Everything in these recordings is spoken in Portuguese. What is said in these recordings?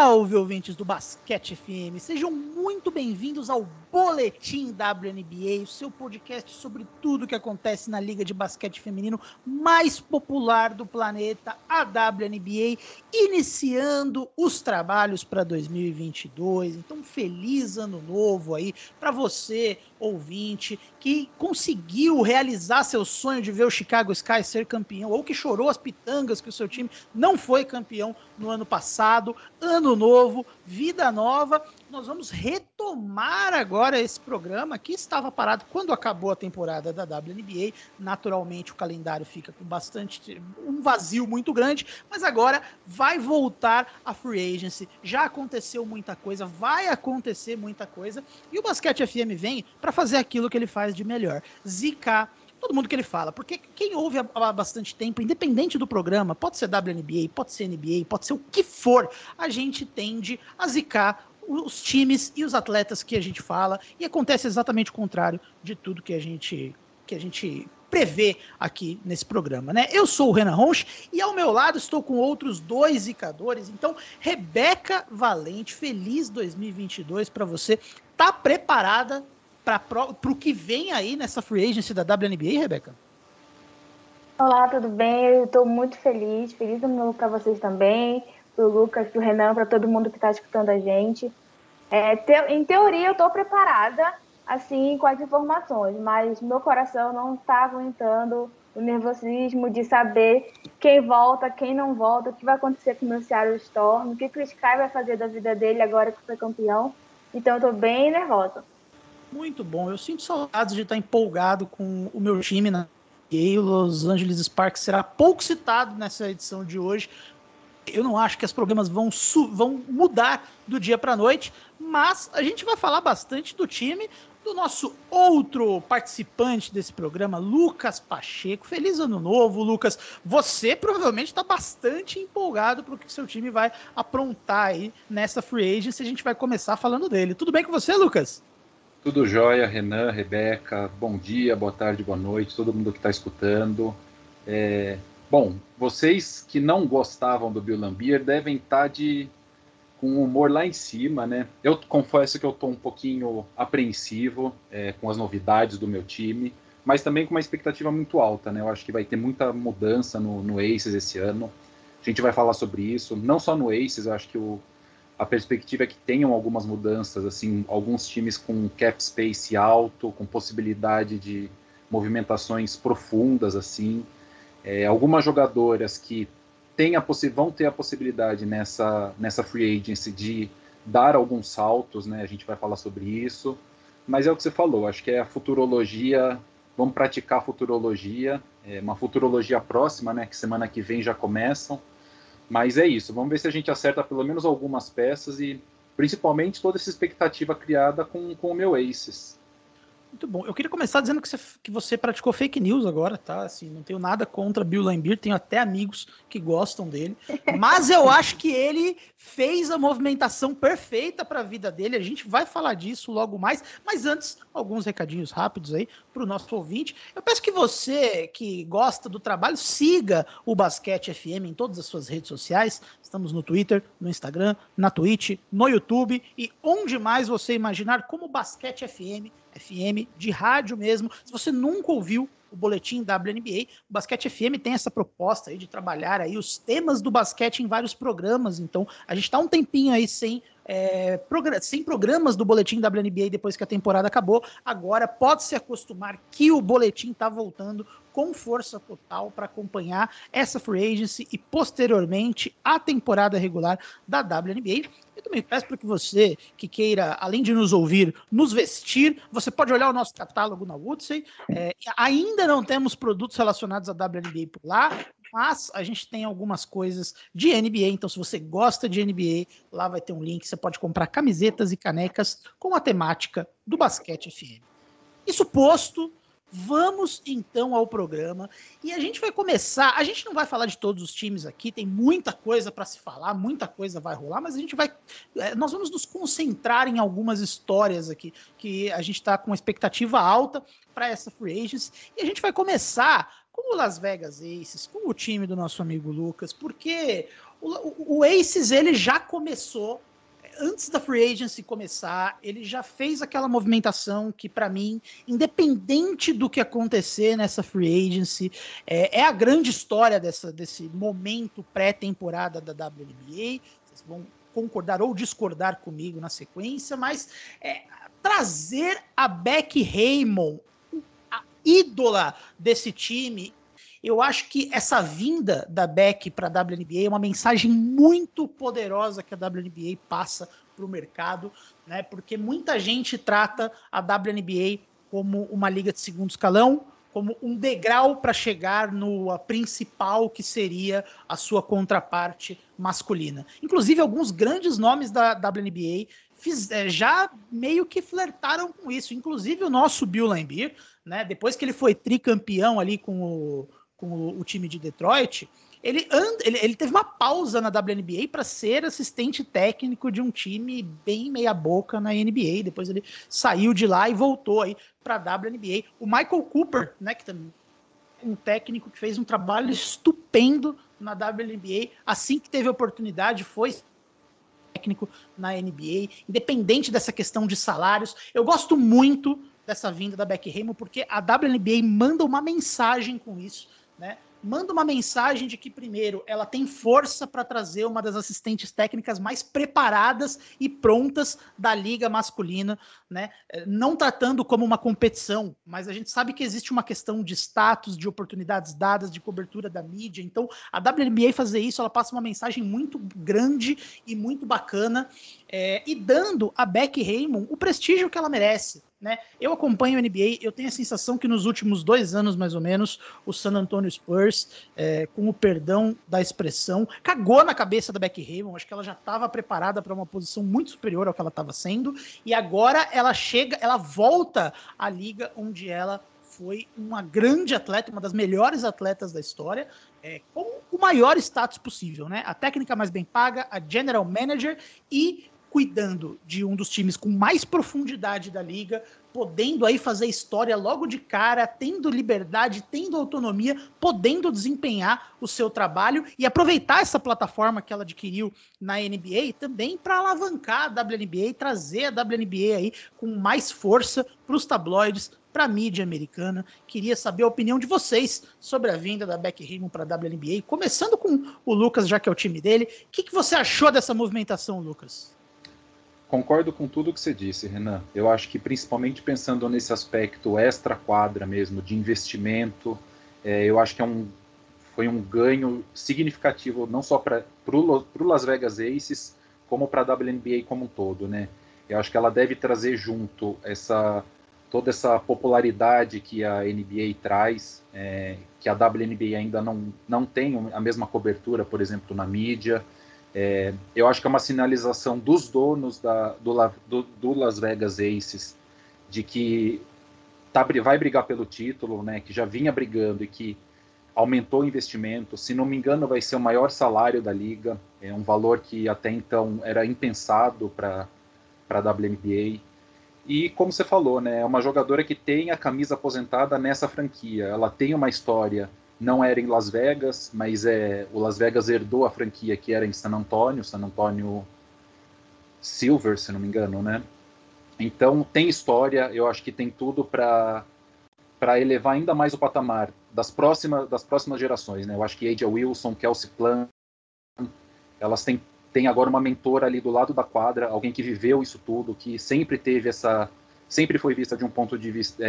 Salve, ouvintes do Basquete FM! Sejam muito bem-vindos ao Boletim WNBA, o seu podcast sobre tudo que acontece na liga de basquete feminino mais popular do planeta, a WNBA, iniciando os trabalhos para 2022. Então, feliz ano novo aí para você, ouvinte, que conseguiu realizar seu sonho de ver o Chicago Sky ser campeão, ou que chorou as pitangas que o seu time não foi campeão no ano passado. Ano novo, vida nova. Nós vamos retomar agora esse programa que estava parado quando acabou a temporada da WNBA. Naturalmente o calendário fica com um vazio muito grande, mas agora vai voltar a Free Agency. Já aconteceu muita coisa, vai acontecer muita coisa, e o Basquete FM vem para fazer aquilo que ele faz de melhor: zicar todo mundo que ele fala, porque quem ouve há bastante tempo, independente do programa, pode ser WNBA, pode ser NBA, pode ser o que for, a gente tende a zicar os times e os atletas que a gente fala, e acontece exatamente o contrário de tudo que a gente prevê aqui nesse programa, né? Eu sou o Renan Ronch e ao meu lado estou com outros dois zicadores. Então, Rebeca Valente, feliz 2022 para você. Tá preparada para o que vem aí nessa free agency da WNBA, Rebeca? Olá, tudo bem? Eu estou muito feliz ano novo para vocês também, para o Lucas, para o Renan, para todo mundo que está escutando a gente. Em teoria, eu estou preparada, assim, com as informações, mas meu coração não está aguentando o nervosismo de saber quem volta, quem não volta, o que vai acontecer com o meu Seattle Storm, o que o Sky vai fazer da vida dele agora que foi campeão. Então, eu estou bem nervosa. Muito bom, eu sinto saudades de estar empolgado com o meu time na NBA. O Los Angeles Sparks será pouco citado nessa edição de hoje. Eu não acho que os problemas vão mudar do dia para a noite, mas a gente vai falar bastante do time do nosso outro participante desse programa, Lucas Pacheco. Feliz ano novo, Lucas. Você provavelmente está bastante empolgado para o que seu time vai aprontar aí nessa free agency. A gente vai começar falando dele. Tudo bem com você, Lucas? Tudo jóia, Renan, Rebeca, bom dia, boa tarde, boa noite, todo mundo que está escutando. Bom, vocês que não gostavam do Bill Laimbeer devem estar com o humor lá em cima, né? Eu confesso que eu estou um pouquinho apreensivo com as novidades do meu time, mas também com uma expectativa muito alta, né? Eu acho que vai ter muita mudança no Aces esse ano. A gente vai falar sobre isso, não só no Aces, eu acho que a perspectiva é que tenham algumas mudanças, assim, alguns times com cap space alto, com possibilidade de movimentações profundas, assim, algumas jogadoras que vão ter a possibilidade nessa free agency de dar alguns saltos, né? A gente vai falar sobre isso, mas é o que você falou, acho que é a futurologia, vamos praticar a futurologia, uma futurologia próxima, né? Que semana que vem já começam. Mas é isso, vamos ver se a gente acerta pelo menos algumas peças e principalmente toda essa expectativa criada com o meu Aces. Muito bom. Eu queria começar dizendo que você praticou fake news agora, tá? Assim, não tenho nada contra Bill Laimbeer, tenho até amigos que gostam dele, mas eu acho que ele fez a movimentação perfeita para a vida dele. A gente vai falar disso logo mais, mas antes, alguns recadinhos rápidos aí para o nosso ouvinte. Eu peço que você que gosta do trabalho siga o Basquete FM em todas as suas redes sociais. Estamos no Twitter, no Instagram, na Twitch, no YouTube e onde mais você imaginar, como Basquete FM de rádio mesmo. Se você nunca ouviu o Boletim WNBA, o Basquete FM tem essa proposta aí de trabalhar aí os temas do basquete em vários programas. Então, a gente está um tempinho aí sem programas do Boletim WNBA depois que a temporada acabou. Agora pode se acostumar que o Boletim está voltando com força total para acompanhar essa free agency e posteriormente a temporada regular da WNBA. Eu também peço para que você que queira, além de nos ouvir, nos vestir, você pode olhar o nosso catálogo na Woodsey. Ainda não temos produtos relacionados à WNBA por lá, mas a gente tem algumas coisas de NBA, então se você gosta de NBA, lá vai ter um link, você pode comprar camisetas e canecas com a temática do Basquete FM. Isso posto, vamos então ao programa e a gente vai começar. A gente não vai falar de todos os times aqui, tem muita coisa para se falar, muita coisa vai rolar, mas nós vamos nos concentrar em algumas histórias aqui que a gente está com uma expectativa alta para essa free agency, e a gente vai começar com o Las Vegas Aces, com o time do nosso amigo Lucas, porque o Aces ele já começou, antes da Free Agency começar, ele já fez aquela movimentação que, para mim, independente do que acontecer nessa Free Agency, é a grande história desse momento pré-temporada da WNBA. Vocês vão concordar ou discordar comigo na sequência, mas trazer a Becky Hammon, a ídola desse time. Eu acho que essa vinda da Becky para a WNBA é uma mensagem muito poderosa que a WNBA passa para o mercado, né? Porque muita gente trata a WNBA como uma liga de segundo escalão, como um degrau para chegar no principal, que seria a sua contraparte masculina. Inclusive, alguns grandes nomes da WNBA já meio que flertaram com isso. Inclusive o nosso Bill Laimbeer, né? Depois que ele foi tricampeão ali com o time de Detroit, ele teve uma pausa na WNBA para ser assistente técnico de um time bem meia boca na NBA. Depois ele saiu de lá e voltou aí para a WNBA. O Michael Cooper, né, que também é um técnico que fez um trabalho estupendo na WNBA, assim que teve a oportunidade, foi técnico na NBA, independente dessa questão de salários. Eu gosto muito dessa vinda da Becky Hammon, porque a WNBA manda uma mensagem com isso, né? Manda uma mensagem de que, primeiro, ela tem força para trazer uma das assistentes técnicas mais preparadas e prontas da liga masculina, né? Não tratando como uma competição, mas a gente sabe que existe uma questão de status, de oportunidades dadas, de cobertura da mídia. Então, a WNBA fazer isso, ela passa uma mensagem muito grande e muito bacana, e dando a Becky Hammon o prestígio que ela merece, né? Eu acompanho a NBA, eu tenho a sensação que nos últimos 2 anos, mais ou menos, o San Antonio Spurs, com o perdão da expressão, cagou na cabeça da Becky Hammon. Acho que ela já estava preparada para uma posição muito superior ao que ela estava sendo, e agora ela volta à liga onde ela foi uma grande atleta, uma das melhores atletas da história, com o maior status possível, né? A técnica mais bem paga, a general manager, e cuidando de um dos times com mais profundidade da liga, podendo aí fazer história logo de cara, tendo liberdade, tendo autonomia, podendo desempenhar o seu trabalho e aproveitar essa plataforma que ela adquiriu na NBA também para alavancar a WNBA e trazer a WNBA aí com mais força para os tabloides, para a mídia americana. Queria saber a opinião de vocês sobre a vinda da Becky Hammon para a WNBA, começando com o Lucas, já que é o time dele. O que você achou dessa movimentação, Lucas? Concordo com tudo que você disse, Renan. Eu acho que, principalmente pensando nesse aspecto extra-quadra mesmo, de investimento, eu acho que foi um ganho significativo, não só para o Las Vegas Aces, como para a WNBA como um todo, né? Eu acho que ela deve trazer junto toda essa popularidade que a NBA traz, que a WNBA ainda não tem a mesma cobertura, por exemplo, na mídia. Eu acho que é uma sinalização dos donos do Las Vegas Aces de que vai brigar pelo título, né, que já vinha brigando e que aumentou o investimento. Se não me engano, vai ser o maior salário da liga, um valor que até então era impensado para a WNBA. E como você falou, né, é uma jogadora que tem a camisa aposentada nessa franquia. Ela tem uma história. Não era em Las Vegas, mas o Las Vegas herdou a franquia que era em San Antonio Silver, se não me engano, né? Então tem história, eu acho que tem tudo para elevar ainda mais o patamar das próximas gerações, né? Eu acho que A'ja Wilson, Kelsey Plum, elas têm agora uma mentora ali do lado da quadra, alguém que viveu isso tudo, que sempre foi vista de um ponto de vista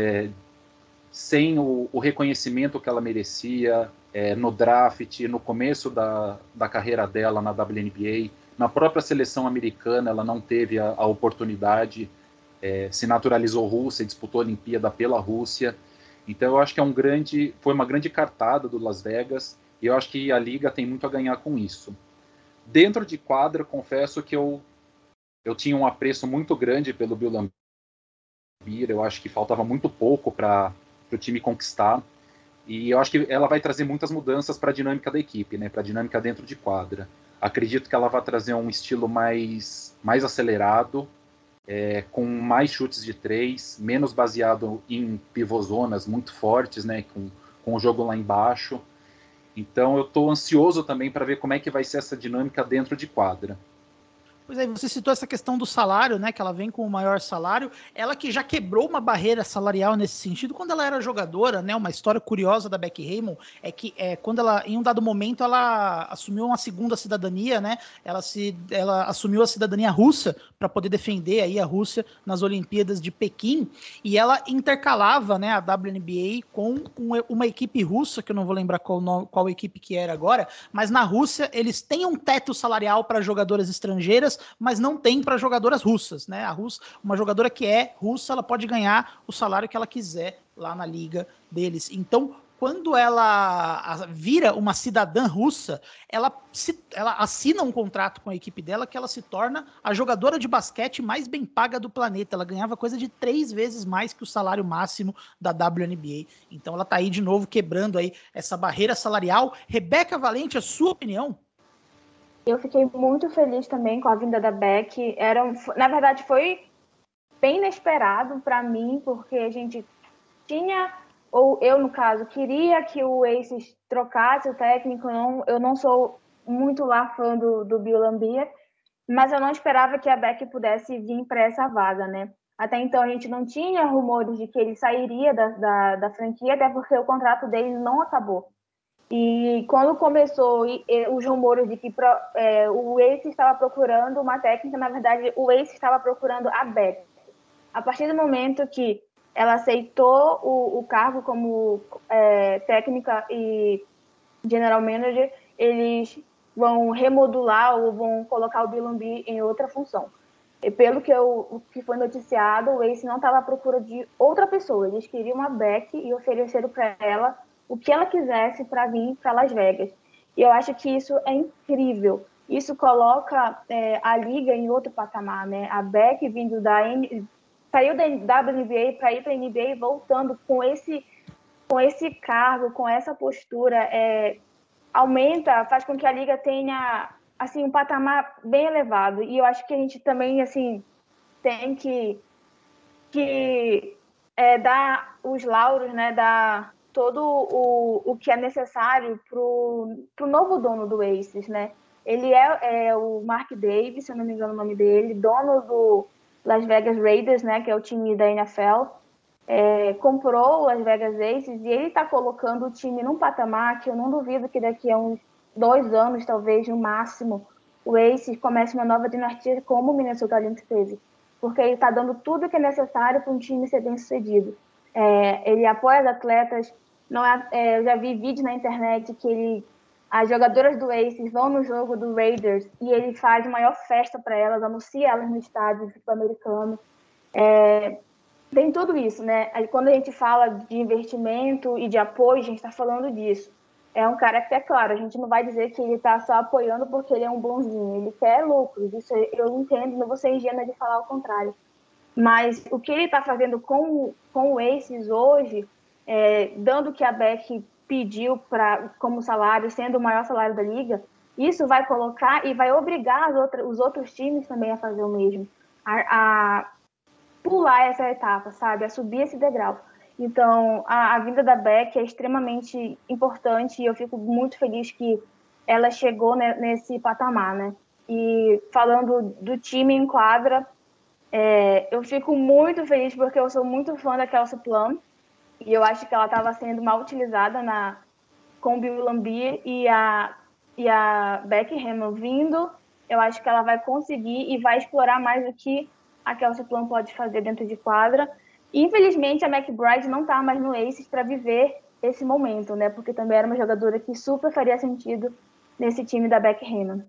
sem o reconhecimento que ela merecia no draft, no começo da carreira dela na WNBA, na própria seleção americana ela não teve a oportunidade, se naturalizou russa, disputou a Olimpíada pela Rússia. Então eu acho que foi uma grande cartada do Las Vegas, e eu acho que a liga tem muito a ganhar com isso. Dentro de quadra, confesso que eu tinha um apreço muito grande pelo Bill Laimbeer. Eu acho que faltava muito pouco para o time conquistar, e eu acho que ela vai trazer muitas mudanças para a dinâmica da equipe, né, para a dinâmica dentro de quadra. Acredito que ela vai trazer um estilo mais acelerado, com mais chutes de 3, menos baseado em pivôzonas muito fortes, né, com o jogo lá embaixo. Então eu estou ansioso também para ver como é que vai ser essa dinâmica dentro de quadra. Pois é, você citou essa questão do salário, né? Que ela vem com o maior salário. Ela que já quebrou uma barreira salarial nesse sentido quando ela era jogadora, né? Uma história curiosa da Becky Hammon é que quando ela, em um dado momento, ela assumiu uma segunda cidadania, né? Ela assumiu a cidadania russa para poder defender aí a Rússia nas Olimpíadas de Pequim. E ela intercalava, né, a WNBA com uma equipe russa, que eu não vou lembrar qual equipe que era agora, mas na Rússia eles têm um teto salarial para jogadoras estrangeiras, mas não tem para jogadoras russas, né? Uma jogadora que é russa, ela pode ganhar o salário que ela quiser lá na liga deles. Então, quando ela vira uma cidadã russa, ela assina um contrato com a equipe dela que ela se torna a jogadora de basquete mais bem paga do planeta. Ela ganhava coisa de 3 vezes mais que o salário máximo da WNBA. Então ela tá aí de novo quebrando aí essa barreira salarial. Rebeca Valente, a sua opinião? Eu fiquei muito feliz também com a vinda da Beck. Na verdade, foi bem inesperado para mim, porque a gente tinha, ou eu, no caso, queria que o Aces trocasse o técnico. Eu não sou muito lá fã do Bill Laimbeer, mas eu não esperava que a Beck pudesse vir para essa vaga, né? Até então, a gente não tinha rumores de que ele sairia da franquia, até porque o contrato dele não acabou. E quando começou os rumores de que o Ace estava procurando uma técnica, na verdade, o Ace estava procurando a Beck. A partir do momento que ela aceitou o cargo como técnica e general manager, eles vão remodular ou vão colocar o Bill Laimbeer em outra função. E pelo que foi noticiado, o Ace não estava à procura de outra pessoa. Eles queriam uma Beck e ofereceram para ela o que ela quisesse para vir para Las Vegas. E eu acho que isso é incrível. Isso coloca a liga em outro patamar, né? A Beck vindo saiu da WNBA para ir para a NBA, voltando com esse cargo, com essa postura, faz com que a liga tenha assim um patamar bem elevado. E eu acho que a gente também assim tem que dar os lauros, né? Dar todo o que é necessário para o novo dono do Aces, né? Ele é o Mark Davis, se eu não me engano o nome dele, dono do Las Vegas Raiders, né? Que é o time da NFL. Comprou o Las Vegas Aces e ele está colocando o time num patamar que eu não duvido que daqui a uns 2 anos, talvez, no máximo, o Aces comece uma nova dinastia como o Minnesota Lynx teve. Porque ele está dando tudo o que é necessário para um time ser bem sucedido. Ele apoia as atletas. Eu já vi vídeo na internet que as jogadoras do Aces vão no jogo do Raiders e ele faz a maior festa para elas, anuncia elas no estádio do futebol americano. Tem tudo isso, né? Aí, quando a gente fala de investimento e de apoio, a gente está falando disso. É um cara que, é claro, a gente não vai dizer que ele está só apoiando porque ele é um bonzinho. Ele quer lucros, isso eu entendo, não vou ser ingênua de falar o contrário. Mas o que ele está fazendo com o Aces hoje, dando o que a Beck pediu como salário, sendo o maior salário da liga, isso vai colocar e vai obrigar os outros times também a fazer o mesmo. A pular essa etapa, sabe? A subir esse degrau. Então, a vinda da Beck é extremamente importante e eu fico muito feliz que ela chegou nesse patamar, né? E falando do time em quadra, eu fico muito feliz porque eu sou muito fã da Kelsey Plum e eu acho que ela estava sendo mal utilizada com o Bill Laimbeer e a Becky Hammon vindo. Eu acho que ela vai conseguir e vai explorar mais o que a Kelsey Plum pode fazer dentro de quadra. E, infelizmente, a McBride não está mais no Aces para viver esse momento, né? Porque também era uma jogadora que super faria sentido nesse time da Becky Hammon.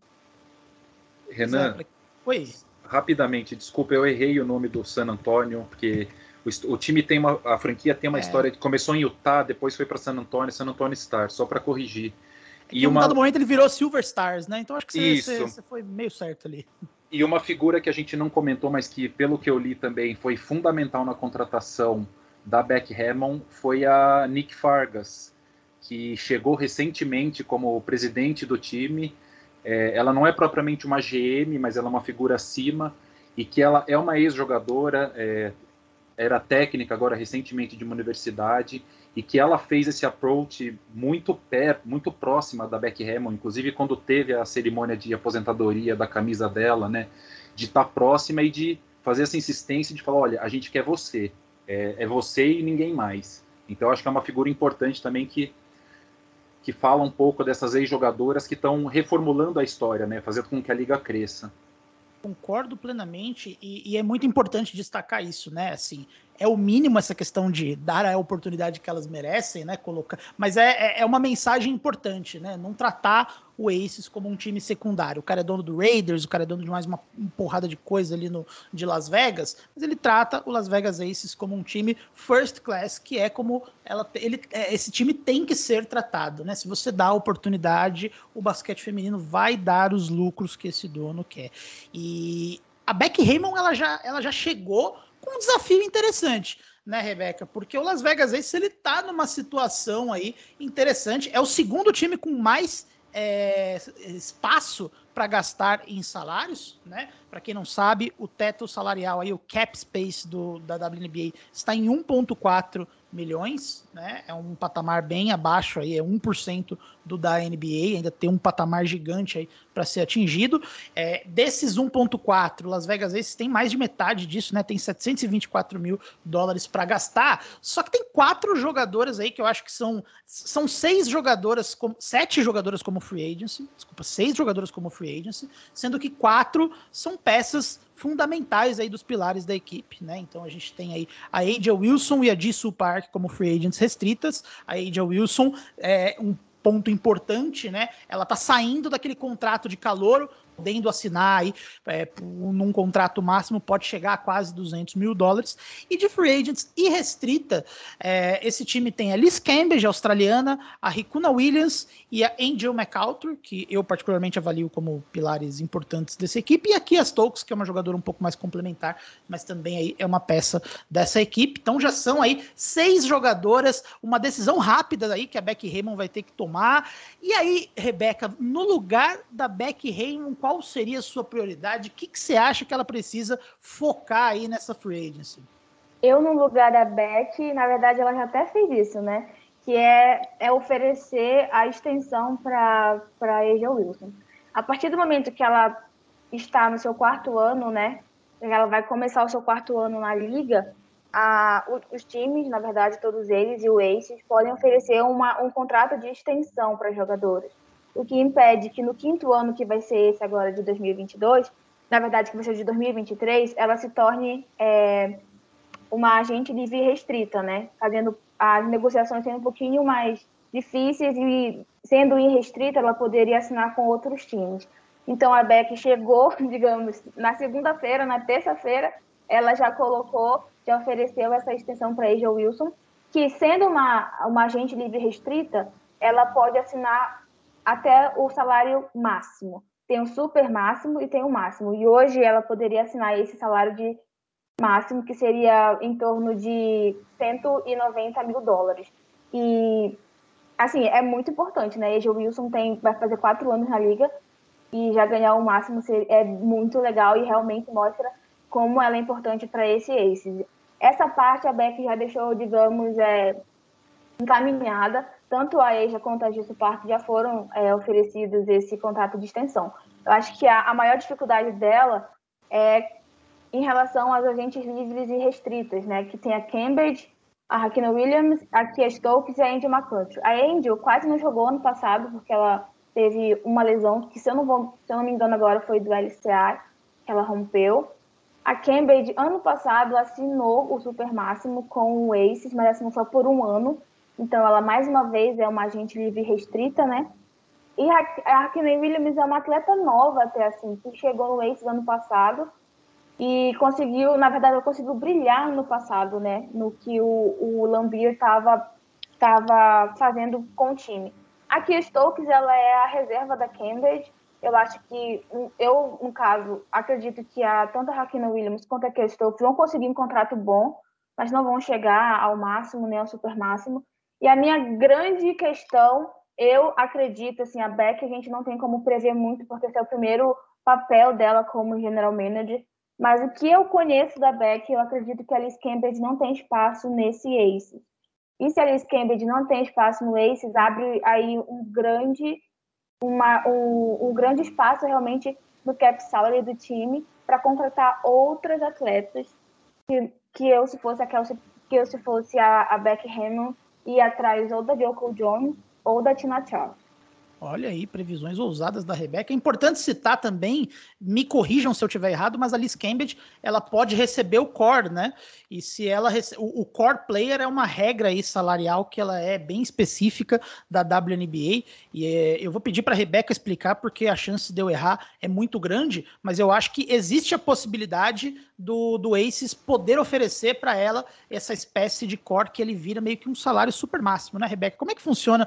Renan, Oi. Rapidamente, desculpa, eu errei o nome do San Antonio, porque o time a franquia tem uma história que começou em Utah, depois foi para San Antonio Stars, só para corrigir. E em um dado momento ele virou Silver Stars, né? Então acho que você foi meio certo ali. E uma figura que a gente não comentou, mas que, pelo que eu li também, foi fundamental na contratação da Beck Hammon, foi a Nick Fargas, que chegou recentemente como presidente do time. Ela não é propriamente uma GM, mas ela é uma figura acima, e que ela é uma ex-jogadora, era técnica agora recentemente de uma universidade, e que ela fez esse approach muito próxima da Becky Hammon, inclusive quando teve a cerimônia de aposentadoria da camisa dela, né, de estar próxima e de fazer essa insistência de falar, olha, a gente quer você, é você e ninguém mais. Então eu acho que é uma figura importante também que fala um pouco dessas ex-jogadoras que estão reformulando a história, né, fazendo com que a liga cresça. Concordo plenamente e é muito importante destacar isso, né? Assim, é o mínimo essa questão de dar a oportunidade que elas merecem, né? Colocar, mas é uma mensagem importante, né? Não tratar o Aces como um time secundário. O cara é dono do Raiders, o cara é dono de mais uma porrada de coisa ali de Las Vegas, mas ele trata o Las Vegas Aces como um time first class, que é como esse time tem que ser tratado, né? Se você dá a oportunidade, o basquete feminino vai dar os lucros que esse dono quer. E a Becky Hammon, ela já chegou com um desafio interessante, né, Rebeca? Porque o Las Vegas Aces, ele tá numa situação aí interessante. É o segundo time com mais espaço para gastar em salários, né? Para quem não sabe, o teto salarial aí, o cap space da WNBA está em 1,4 milhões, né? É um patamar bem abaixo aí, é 1% do da NBA, ainda tem um patamar gigante aí para ser atingido. Desses 1,4, Las Vegas Aces tem mais de metade disso, né? Tem 724 mil dólares para gastar. Só que tem 4 jogadoras aí que eu acho que são 6 jogadoras, 7 jogadoras como free agency, 6 jogadoras como free agency, sendo que 4 são peças fundamentais aí dos pilares da equipe, né? Então a gente tem aí a A'ja Wilson e a Jisoo Park como free agents restritas. A A'ja Wilson é um ponto importante, né? Ela tá saindo daquele contrato de calouro, podendo assinar aí num contrato máximo, pode chegar a quase 200 mil dólares. E de free agents irrestrita, esse time tem a Liz Cambage, australiana, a Ricuna Williams e a Angel McAlter, que eu particularmente avalio como pilares importantes dessa equipe, e a Kia Stokes, que é uma jogadora um pouco mais complementar, mas também aí é uma peça dessa equipe. Então já são aí 6 jogadoras, uma decisão rápida aí que a Becky Hammon vai ter que tomar. E aí, Rebeca, no lugar da Becky Hammon, qual seria a sua prioridade? O que você acha que ela precisa focar aí nessa free agency? Eu, no lugar da Becky, na verdade, ela já até fez isso, né? Que é oferecer a extensão para a A'ja Wilson. A partir do momento que ela está no seu 4º ano, né? Ela vai começar o seu 4º ano na liga, os times, na verdade, todos eles e o Aces podem oferecer um contrato de extensão para jogadoras. O que impede que no 5º ano, que vai ser esse agora de 2022, na verdade, que vai ser de 2023, ela se torne uma agente livre restrita, né? Fazendo as negociações sendo um pouquinho mais difíceis e, sendo irrestrita, ela poderia assinar com outros times. Então, a Becky chegou, digamos, na segunda-feira, na terça-feira, ela já ofereceu essa extensão para a A'ja Wilson, que, sendo uma agente livre restrita, ela pode assinar até o salário máximo. Tem o super máximo e tem o máximo. E hoje ela poderia assinar esse salário de máximo, que seria em torno de 190 mil dólares. E, assim, é muito importante, né? A A'ja Wilson vai fazer 4 anos na liga e já ganhar o máximo é muito legal e realmente mostra como ela é importante para esse Aces. Essa parte a Becky já deixou, digamos, encaminhada. Tanto a A'ja quanto a Jisoo Park já foram oferecidos esse contrato de extensão. Eu acho que a maior dificuldade dela é em relação às agentes livres e restritas, né? Que tem a Cambridge, a Ricuna Williams, a Kia Stokes e a Angel McAlter. A Angel quase não jogou ano passado, porque ela teve uma lesão, que se eu não me engano agora foi do LCA, que ela rompeu. A Cambridge, ano passado, assinou o super máximo com o Aces, mas assinou só por 1 ano. Então, ela, mais uma vez, é uma agente livre restrita, né? E a Ricuna Williams é uma atleta nova até, assim, que chegou no Aces ano passado e conseguiu, na verdade, ela conseguiu brilhar no passado, né? No que o Laimbeer estava fazendo com o time. A Kia Stokes, ela é a reserva da Cambridge. Eu acho que, no caso, acredito que tanto a Ricuna Williams quanto a Kia Stokes vão conseguir um contrato bom, mas não vão chegar ao máximo, nem ao super máximo. E a minha grande questão, eu acredito, assim, a Beck a gente não tem como prever muito, porque esse é o primeiro papel dela como general manager. Mas o que eu conheço da Beck, eu acredito que a Liz Cambage não tem espaço nesse Ace. E se a Alice Cambridge não tem espaço no Aces, abre aí um grande espaço realmente no cap salary do time para contratar outras atletas que eu, se fosse a Becky Hammond, ia atrás ou da Yoko Jones ou da Tina Charles. Olha aí, previsões ousadas da Rebeca. É importante citar também, me corrijam se eu estiver errado, mas a Liz Cambridge, ela pode receber o core, né? E se ela o core player é uma regra aí salarial que ela é bem específica da WNBA. E eu vou pedir para a Rebeca explicar porque a chance de eu errar é muito grande, mas eu acho que existe a possibilidade do Aces poder oferecer para ela essa espécie de core que ele vira meio que um salário super máximo, né, Rebeca? Como é que funciona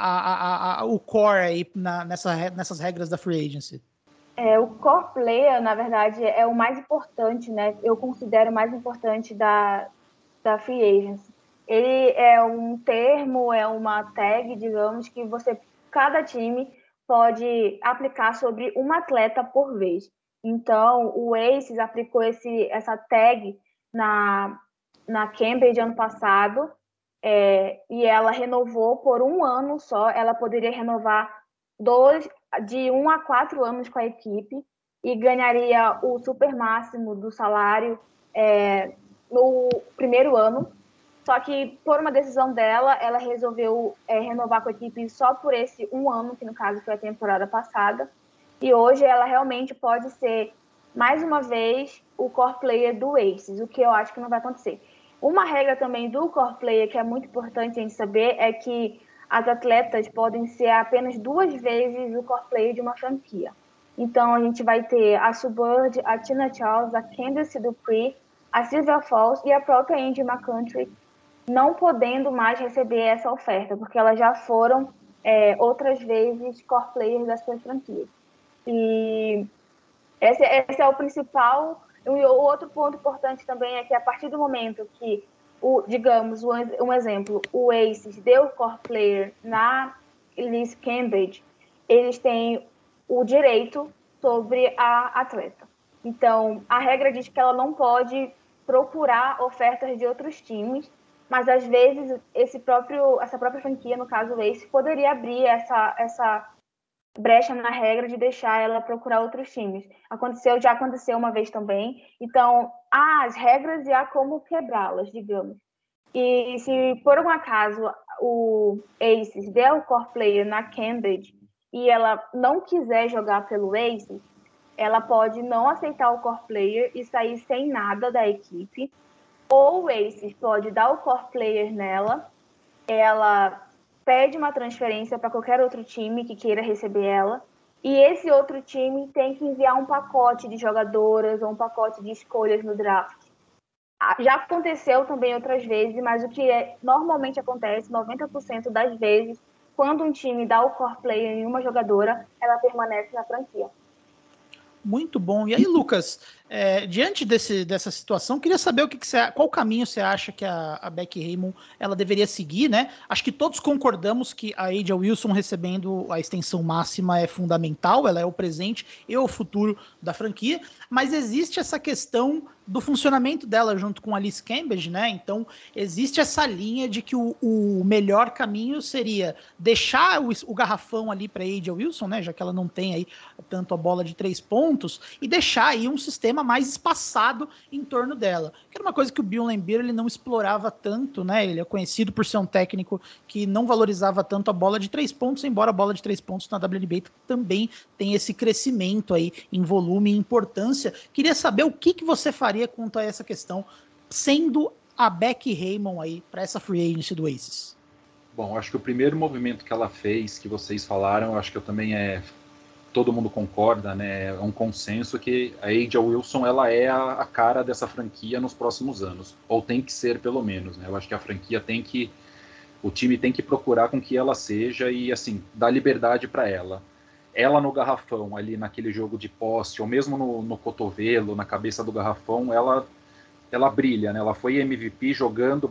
o core aí nessas regras da free agency? O core player, na verdade, é o mais importante, né? Eu considero o mais importante da free agency. Ele é um termo, é uma tag, digamos, que cada time pode aplicar sobre um atleta por vez. Então, o Aces aplicou essa tag na Cambridge ano passado, e ela renovou por um ano só. Ela poderia renovar de 1 a 4 anos com a equipe e ganharia o super máximo do salário no primeiro ano. Só que, por uma decisão dela, ela resolveu renovar com a equipe só por esse um ano, que no caso foi a temporada passada. E hoje ela realmente pode ser, mais uma vez, o core player do Aces, o que eu acho que não vai acontecer. Uma regra também do core player que é muito importante a gente saber é que as atletas podem ser apenas 2 vezes o core player de uma franquia. Então, a gente vai ter a Sue Bird, a Tina Charles, a Candace Dupree, a Sylvia Fowles e a própria Angie McCountry não podendo mais receber essa oferta, porque elas já foram outras vezes core players das suas franquias. E esse é o principal. E o outro ponto importante também é que a partir do momento que, digamos, um exemplo, o Aces deu core player na Liz Cambridge, eles têm o direito sobre a atleta. Então, a regra diz que ela não pode procurar ofertas de outros times, mas às vezes essa própria franquia, no caso o Ace, poderia abrir essa brecha na regra de deixar ela procurar outros times. Já aconteceu uma vez também. Então, há as regras e há como quebrá-las, digamos. E se por um acaso o Aces der o core player na Cambridge e ela não quiser jogar pelo Aces, ela pode não aceitar o core player e sair sem nada da equipe. Ou o Aces pode dar o core player nela, ela pede uma transferência para qualquer outro time que queira receber ela, e esse outro time tem que enviar um pacote de jogadoras ou um pacote de escolhas no draft. Já aconteceu também outras vezes, mas o que normalmente acontece, 90% das vezes, quando um time dá o core player em uma jogadora, ela permanece na franquia. Muito bom. E aí, Lucas, diante dessa situação, queria saber qual caminho você acha que a Becky Hammond ela deveria seguir, né? Acho que todos concordamos que a A'ja Wilson recebendo a extensão máxima é fundamental, ela é o presente e o futuro da franquia, mas existe essa questão do funcionamento dela junto com a Liz Cambridge, né? Então, existe essa linha de que o melhor caminho seria deixar o garrafão ali para a A'ja Wilson, né? Já que ela não tem aí tanto a bola de 3 pontos, e deixar aí um sistema mais espaçado em torno dela. Que era uma coisa que o Bill Laimbeer ele não explorava tanto, né? Ele é conhecido por ser um técnico que não valorizava tanto a bola de 3 pontos, embora a bola de 3 pontos na WNBA também tem esse crescimento aí em volume e importância. Queria saber o que você faria quanto a essa questão, sendo a Becky Hammond aí para essa free agency do Aces. Bom, acho que o primeiro movimento que ela fez, que vocês falaram, acho que eu também todo mundo concorda, né? É um consenso que a A'ja Wilson ela é a cara dessa franquia nos próximos anos, ou tem que ser pelo menos, né? Eu acho que a franquia o time tem que procurar com que ela seja e assim dar liberdade para ela. Ela no garrafão, ali naquele jogo de poste, ou mesmo no cotovelo, na cabeça do garrafão, ela brilha, né? Ela foi MVP jogando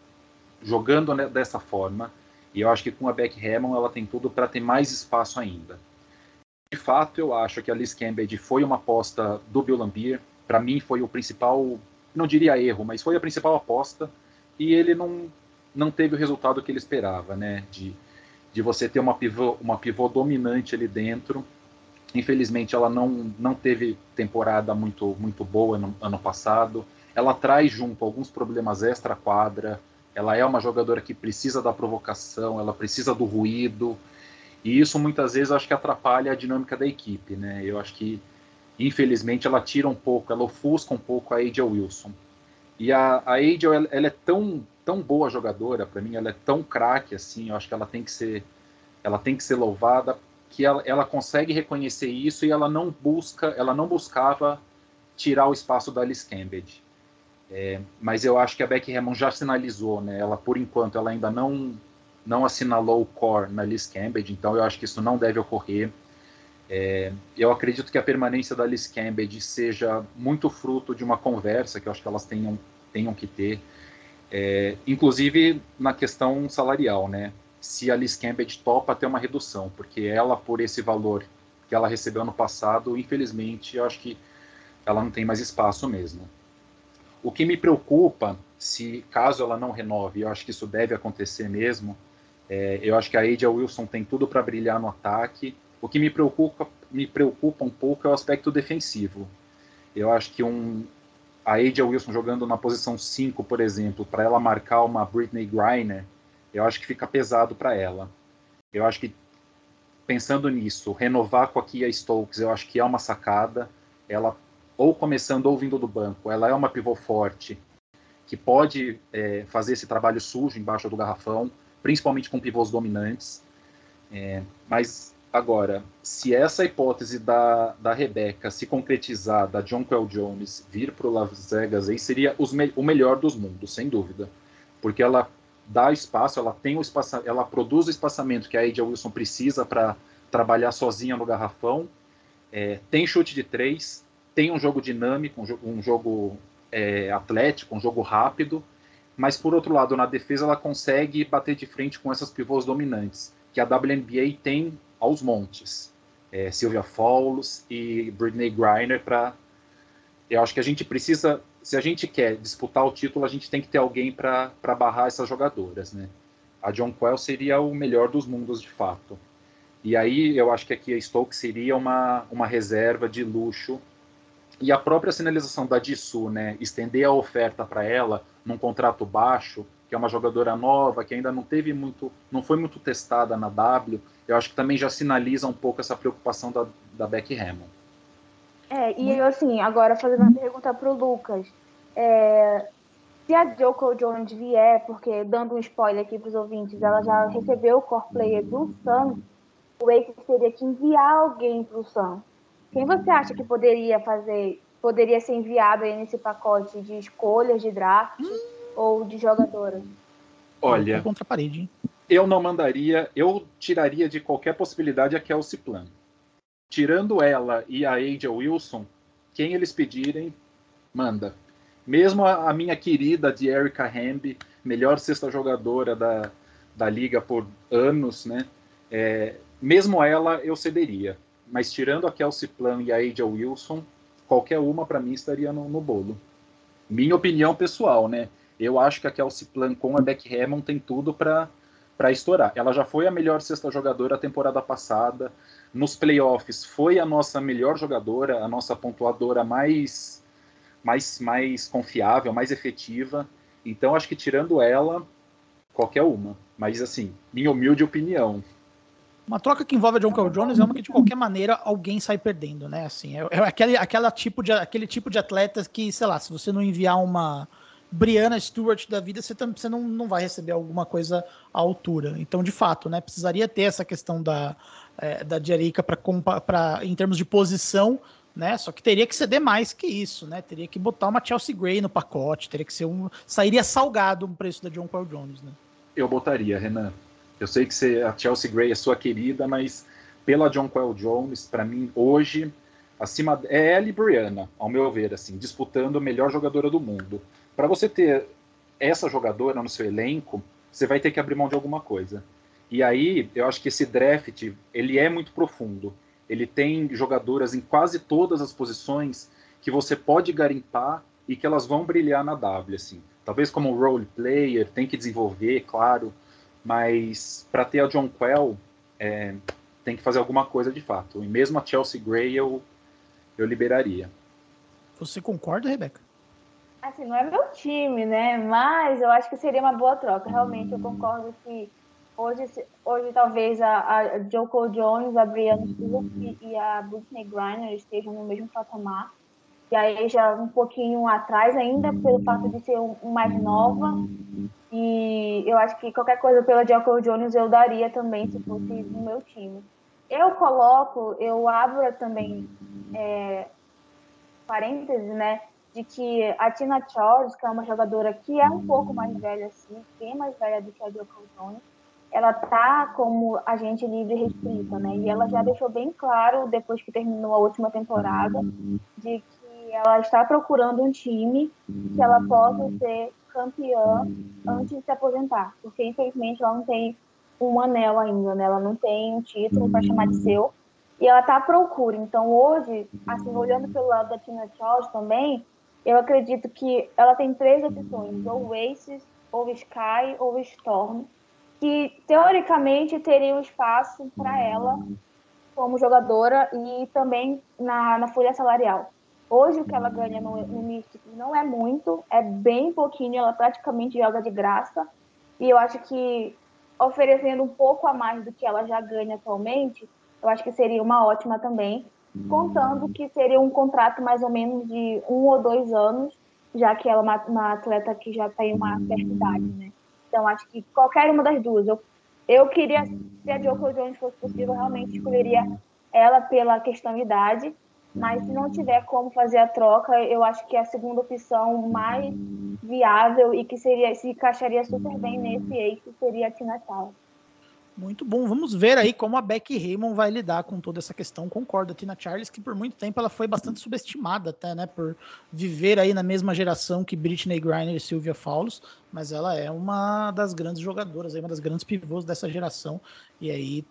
dessa forma. E eu acho que com a Becky Hammond ela tem tudo para ter mais espaço ainda. De fato, eu acho que a Liz Cambridge foi uma aposta do Bill Laimbeer. Para mim, foi o principal, não diria erro, mas foi a principal aposta. E ele não teve o resultado que ele esperava, né? De você ter uma pivô dominante ali dentro. Infelizmente, ela não teve temporada muito boa no ano passado. Ela traz junto alguns problemas extra-quadra. Ela é uma jogadora que precisa da provocação, ela precisa do ruído. E isso, muitas vezes, eu acho que atrapalha a dinâmica da equipe, né? Eu acho que, infelizmente, ela tira um pouco, ela ofusca um pouco a A'ja Wilson. E a A'ja, ela é tão boa jogadora, para mim, ela é tão craque, assim, eu acho que ela tem que ser louvada, que ela consegue reconhecer isso e ela não buscava tirar o espaço da Alice Cambage. Mas eu acho que a Becky Hammon já sinalizou, né? Ela, por enquanto, ela ainda não assinalou o core na Alice Cambage, então eu acho que isso não deve ocorrer. Eu acredito que a permanência da Alice Cambage seja muito fruto de uma conversa que eu acho que elas tenham que ter, inclusive na questão salarial, né? Se a Alice Cambage topa ter uma redução, porque ela, por esse valor que ela recebeu no passado, infelizmente, eu acho que ela não tem mais espaço mesmo. O que me preocupa, se caso ela não renove, eu acho que isso deve acontecer mesmo, eu acho que a A'ja Wilson tem tudo para brilhar no ataque. O que me preocupa um pouco é o aspecto defensivo. Eu acho que a A'ja Wilson jogando na posição 5, por exemplo, para ela marcar uma Brittney Griner, eu acho que fica pesado para ela. Eu acho que, pensando nisso, renovar com a Kiah Stokes, eu acho que é uma sacada. Ela, ou começando ou vindo do banco, ela é uma pivô forte, que pode fazer esse trabalho sujo embaixo do garrafão, principalmente com pivôs dominantes. Mas, agora, se essa hipótese da Rebecca se concretizar, da Jonquel Jones vir para o Las Vegas, aí seria o melhor dos mundos, sem dúvida. Porque ela dá espaço, ela tem o espaço, ela produz o espaçamento que a A'ja Wilson precisa para trabalhar sozinha no garrafão, tem chute de 3, tem um jogo dinâmico, um jogo atlético, um jogo rápido, mas por outro lado, na defesa ela consegue bater de frente com essas pivôs dominantes, que a WNBA tem aos montes. Sylvia Fowles e Brittney Griner eu acho que a gente precisa, se a gente quer disputar o título, a gente tem que ter alguém para barrar essas jogadoras, né? A Jonquel seria o melhor dos mundos, de fato. E aí eu acho que aqui a Stokes seria uma reserva de luxo. E a própria sinalização da Jisoo, né? Estender a oferta para ela num contrato baixo, que é uma jogadora nova, que ainda não foi muito testada na W, eu acho que também já sinaliza um pouco essa preocupação da Becky Hammon. E assim, agora fazendo uma pergunta pro Lucas. Se a Jonquel Jones vier, porque dando um spoiler aqui pros ouvintes, ela já recebeu o core player do Suns, o Lakers teria que enviar alguém pro Suns. Quem você acha que poderia ser enviado aí nesse pacote de escolhas de draft ou de jogadoras? Olha, contra a parede, hein? Eu não mandaria, eu tiraria de qualquer possibilidade a Kelsey Plum. Tirando ela e a A'ja Wilson, quem eles pedirem, manda. Mesmo a minha querida de Erica Hamby, melhor sexta jogadora da liga por anos, né? Mesmo ela eu cederia. Mas tirando a Kelsey Plum e a A'ja Wilson, qualquer uma para mim estaria no bolo. Minha opinião pessoal, né? Eu acho que a Kelsey Plum com a Becky Hammon tem tudo para estourar. Ela já foi a melhor sexta jogadora a temporada passada. Nos playoffs foi a nossa melhor jogadora, a nossa pontuadora mais confiável, mais efetiva. Então, acho que tirando ela, qualquer uma. Mas, assim, minha humilde opinião. Uma troca que envolve a Jonquel Jones é uma que, de qualquer maneira, alguém sai perdendo, né? Assim, aquele tipo de atleta que, sei lá, se você não enviar uma Brianna Stewart da vida, você não vai receber alguma coisa à altura. Então, de fato, né? Precisaria ter essa questão da Jerica em termos de posição, né? Só que teria que ceder mais que isso, né? Teria que botar uma Chelsea Gray no pacote, teria que ser sairia salgado o preço da Jonquel Jones, né? Eu botaria, Renan. Eu sei que a Chelsea Gray é sua querida, mas pela Jonquel Jones, para mim, hoje, acima é ela e Brianna, ao meu ver, assim, disputando a melhor jogadora do mundo. Para você ter essa jogadora no seu elenco, você vai ter que abrir mão de alguma coisa. E aí, eu acho que esse draft, ele é muito profundo. Ele tem jogadoras em quase todas as posições que você pode garimpar e que elas vão brilhar na W, assim. Talvez como role player, tem que desenvolver, claro, mas para ter a Jonquel, tem que fazer alguma coisa de fato. E mesmo a Chelsea Gray eu liberaria. Você concorda, Rebeca? Assim, não é meu time, né? Mas eu acho que seria uma boa troca. Realmente, eu concordo que hoje talvez a Joko Jones, a Brianna Stewart e a Britney Griner estejam no mesmo patamar. E aí já um pouquinho atrás ainda, pelo fato de ser um mais nova. E eu acho que qualquer coisa pela Joko Jones eu daria também, se fosse no meu time. Eu abro também parêntese, né, de que a Tina Charles, que é uma jogadora que é um pouco mais velha, assim, bem mais velha do que a Joko Jones, ela tá como agente livre restrita, né, e ela já deixou bem claro, depois que terminou a última temporada, de que ela está procurando um time que ela possa ser campeã antes de se aposentar, porque infelizmente ela não tem um anel ainda, né, ela não tem um título para chamar de seu, e ela está à procura. Então, hoje, assim, olhando pelo lado da Tina Charles também, eu acredito que ela tem 3 opções, ou Oasis, ou Sky, ou Storm, que teoricamente teriam espaço para ela como jogadora e também na folha salarial. Hoje, o que ela ganha no Mystic não é muito, é bem pouquinho, ela praticamente joga de graça, e eu acho que oferecendo um pouco a mais do que ela já ganha atualmente, eu acho que seria uma ótima também, contando que seria um contrato mais ou menos de 1 ou 2 anos, já que ela é uma atleta que já tem uma certa idade, né? Então, acho que qualquer uma das duas. Eu queria, se a Joko Jones fosse possível, realmente escolheria ela pela questão de idade, mas se não tiver como fazer a troca, eu acho que a segunda opção mais viável e que se encaixaria super bem nesse eixo seria a Tina Charles. Muito bom. Vamos ver aí como a Becky Hammon vai lidar com toda essa questão. Concordo, a Tina Charles, que por muito tempo ela foi bastante subestimada até, né, por viver aí na mesma geração que Britney Griner e Sylvia Fowles, mas ela é uma das grandes jogadoras, uma das grandes pivôs dessa geração, e aí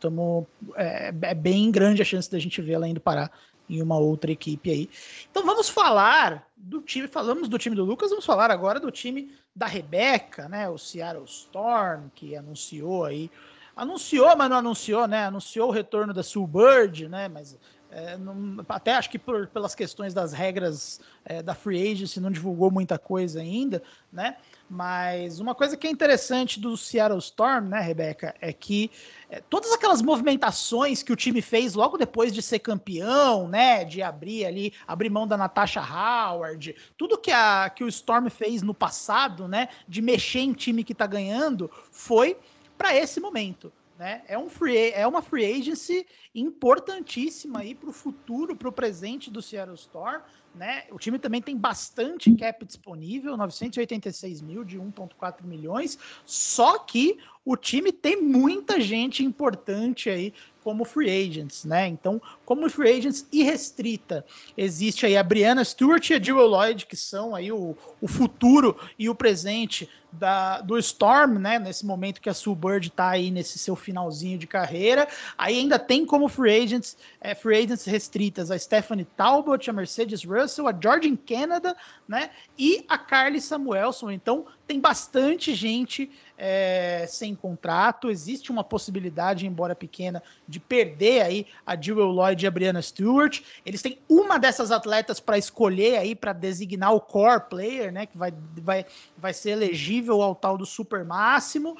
é bem grande a chance da gente ver ela indo parar em uma outra equipe aí. Então vamos falar do time, falamos do time do Lucas, vamos falar agora do time da Rebeca, né, o Seattle Storm, que anunciou, mas não anunciou, né? Anunciou o retorno da Sue Bird, né? Mas até acho que pelas questões das regras da Free Agency não divulgou muita coisa ainda, né? Mas uma coisa que é interessante do Seattle Storm, né, Rebeca, é que todas aquelas movimentações que o time fez logo depois de ser campeão, né, de abrir mão da Natasha Howard, tudo que o Storm fez no passado, né, de mexer em time que tá ganhando, foi para esse momento. Né? É uma free agency importantíssima aí para o futuro, para o presente do Seattle Storm. Né? O time também tem bastante cap disponível, 986 mil de 1,4 milhões, só que o time tem muita gente importante aí como free agents, né? Então, como free agents irrestrita, existe aí a Brianna Stewart e a Jewel Lloyd, que são aí o futuro e o presente do Storm, né? Nesse momento que a Sue Bird tá aí nesse seu finalzinho de carreira. Aí ainda tem como free agents restritas a Stephanie Talbot, a Mercedes Russell, a Jordan Canada, né? E a Carly Samuelson. Então, tem bastante gente sem contrato. Existe uma possibilidade, embora pequena, de perder aí a Jewel Lloyd e a Brianna Stewart. Eles têm uma dessas atletas para escolher aí para designar o core player, né? Que vai ser elegível ao tal do super máximo.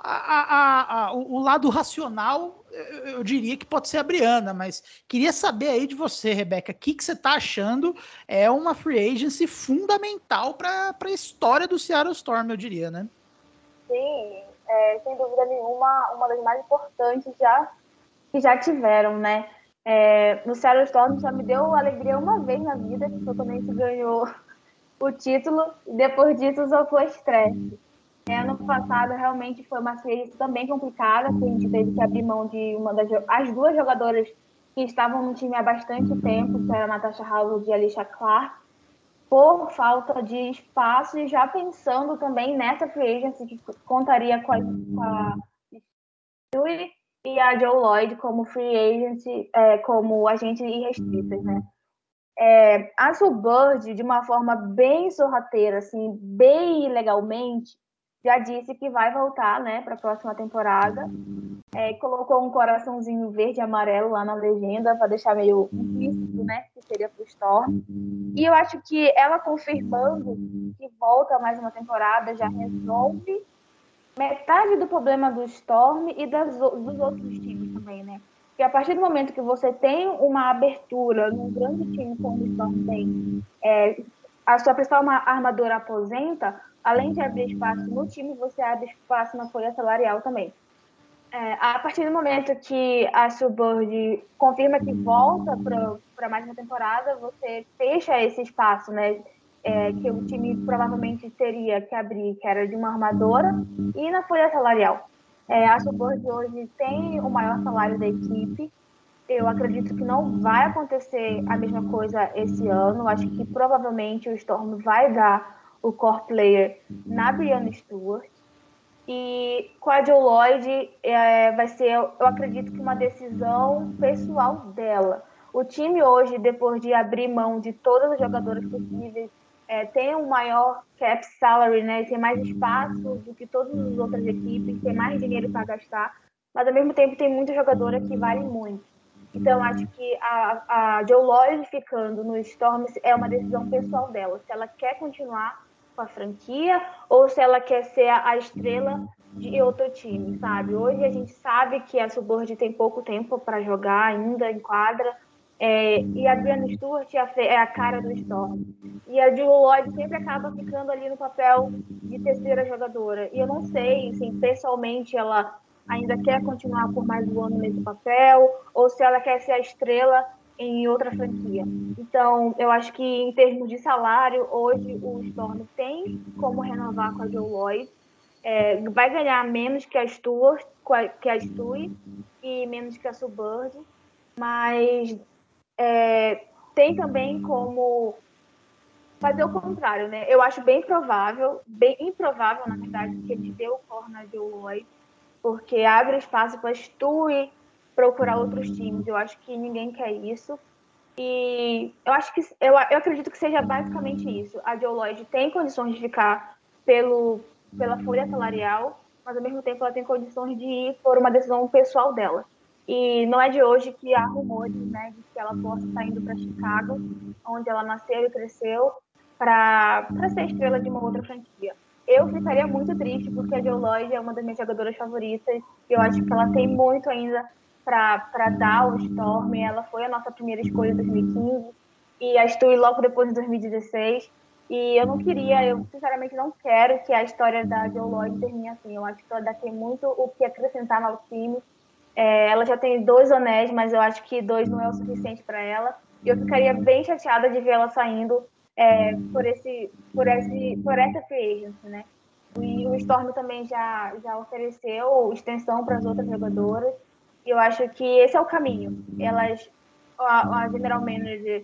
O lado racional, eu diria que pode ser a Brianna, mas queria saber aí de você, Rebeca, o que você está achando? É uma free agency fundamental para a história do Seattle Storm, eu diria, né? Sim, sem dúvida nenhuma, uma das mais importantes que já tiveram, né? No Seattle Storm só me deu alegria uma vez na vida, que foi quando a gente ganhou o título, e depois disso só foi estresse. Ano passado realmente foi uma série também complicada, que a gente teve que abrir mão de as duas jogadoras que estavam no time há bastante tempo, que era a Natasha Howard e a Alicia Clark, por falta de espaço e já pensando também nessa free agency que contaria com a Stewie e a Joe Lloyd como free agent, como agente irrestritas, né? A Subbird, de uma forma bem sorrateira, assim, bem ilegalmente, já disse que vai voltar, né, para a próxima temporada. Colocou um coraçãozinho verde e amarelo lá na legenda para deixar meio implícito, né, que seria pro Storm. E eu acho que ela confirmando que volta mais uma temporada já resolve metade do problema do Storm e dos outros times também, né? Porque a partir do momento que você tem uma abertura num grande time como o Storm tem, a sua principal armadora aposenta, além de abrir espaço no time, você abre espaço na folha salarial também. A partir do momento que a Subbird confirma que volta para mais uma temporada, você fecha esse espaço, né? Que o time provavelmente teria que abrir, que era de uma armadora, e na folha salarial. A Subbird hoje tem o maior salário da equipe. Eu acredito que não vai acontecer a mesma coisa esse ano. Acho que provavelmente o Storm vai dar o core player na Brianna Stewart. E com a Joe Lloyd vai ser, eu acredito que uma decisão pessoal dela. O time hoje, depois de abrir mão de todas as jogadoras possíveis, tem um maior cap salary, né? Tem mais espaço do que todas as outras equipes, tem mais dinheiro para gastar, mas ao mesmo tempo tem muita jogadora que vale muito. Então, acho que a Joe Lloyd ficando no Storm é uma decisão pessoal dela. Se ela quer continuar com a franquia ou se ela quer ser a estrela de outro time, sabe? Hoje a gente sabe que a Subbird tem pouco tempo para jogar ainda em quadra, e a Brianna Stewart é a cara do Storm. E a Joe Lloyd sempre acaba ficando ali no papel de terceira jogadora. E eu não sei se pessoalmente ela ainda quer continuar por mais um ano nesse papel ou se ela quer ser a estrela em outra franquia. Então, eu acho que em termos de salário, hoje o Storm tem como renovar com a Joe Lloyd. Vai ganhar menos que a Stewart, que a Stewie, e menos que a Subbird, mas tem também como fazer o contrário, né? Eu acho bem improvável, na verdade, que eles dê o core na Joe Lloyd, porque abre espaço para a Stewie procurar outros times. Eu acho que ninguém quer isso. E eu acredito que seja basicamente isso. A Joe Lloyd tem condições de ficar pela folha salarial, mas ao mesmo tempo ela tem condições de ir por uma decisão pessoal dela. E não é de hoje que há rumores, né, de que ela possa estar indo para Chicago, onde ela nasceu e cresceu, para ser estrela de uma outra franquia. Eu ficaria muito triste porque a Joe Lloyd é uma das minhas jogadoras favoritas e eu acho que ela tem muito ainda para dar ao Storm. Ela foi a nossa primeira escolha em 2015 e a Stewie logo depois em 2016. E eu sinceramente não quero que a história da Joe Lloyd termine assim. Eu acho que ela ainda tem muito o que acrescentar no time. Ela já tem 2 anéis, mas eu acho que 2 não é o suficiente para ela. E eu ficaria bem chateada de ver ela saindo por essa free agency, né? E o Storm também já ofereceu extensão para as outras jogadoras. E eu acho que esse é o caminho. A General Manager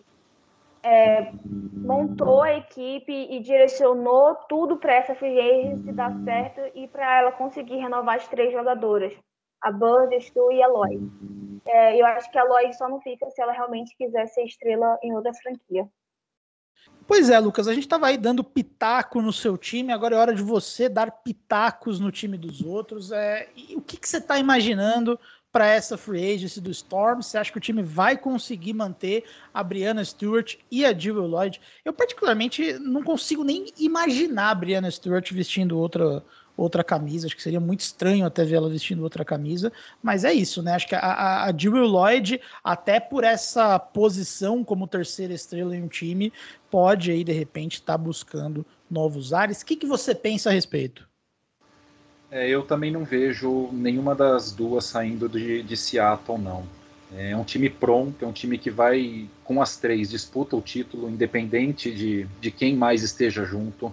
montou a equipe e direcionou tudo para essa free agency dar certo e para ela conseguir renovar as 3 jogadoras, a Bird, a Stu e a Lloyd. Eu acho que a Lloyd só não fica se ela realmente quiser ser estrela em outra franquia. Pois é, Lucas, a gente estava aí dando pitaco no seu time, agora é hora de você dar pitacos no time dos outros. E o que você está imaginando para essa free agency do Storm? Você acha que o time vai conseguir manter a Brianna Stewart e a Jewel Lloyd? Eu particularmente não consigo nem imaginar a Brianna Stewart vestindo outra camisa, acho que seria muito estranho até ver ela vestindo outra camisa, mas é isso, né? Acho que a Jewel Lloyd, até por essa posição como terceira estrela em um time, pode aí de repente estar buscando novos ares. O que você pensa a respeito? Eu também não vejo nenhuma das duas saindo de Seattle, não. É um time pronto, é um time que vai, com as 3, disputa o título, independente de quem mais esteja junto.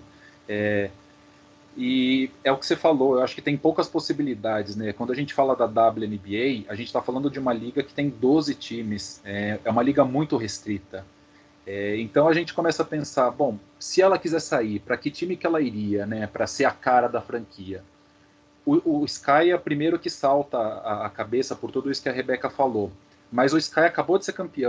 E é o que você falou, eu acho que tem poucas possibilidades, né? Quando a gente fala da WNBA, a gente está falando de uma liga que tem 12 times, é uma liga muito restrita. Então a gente começa a pensar, bom, se ela quiser sair, para que time que ela iria, né? Para ser a cara da franquia? O Sky é o primeiro que salta a cabeça por tudo isso que a Rebeca falou, mas o Sky acabou de ser campeão,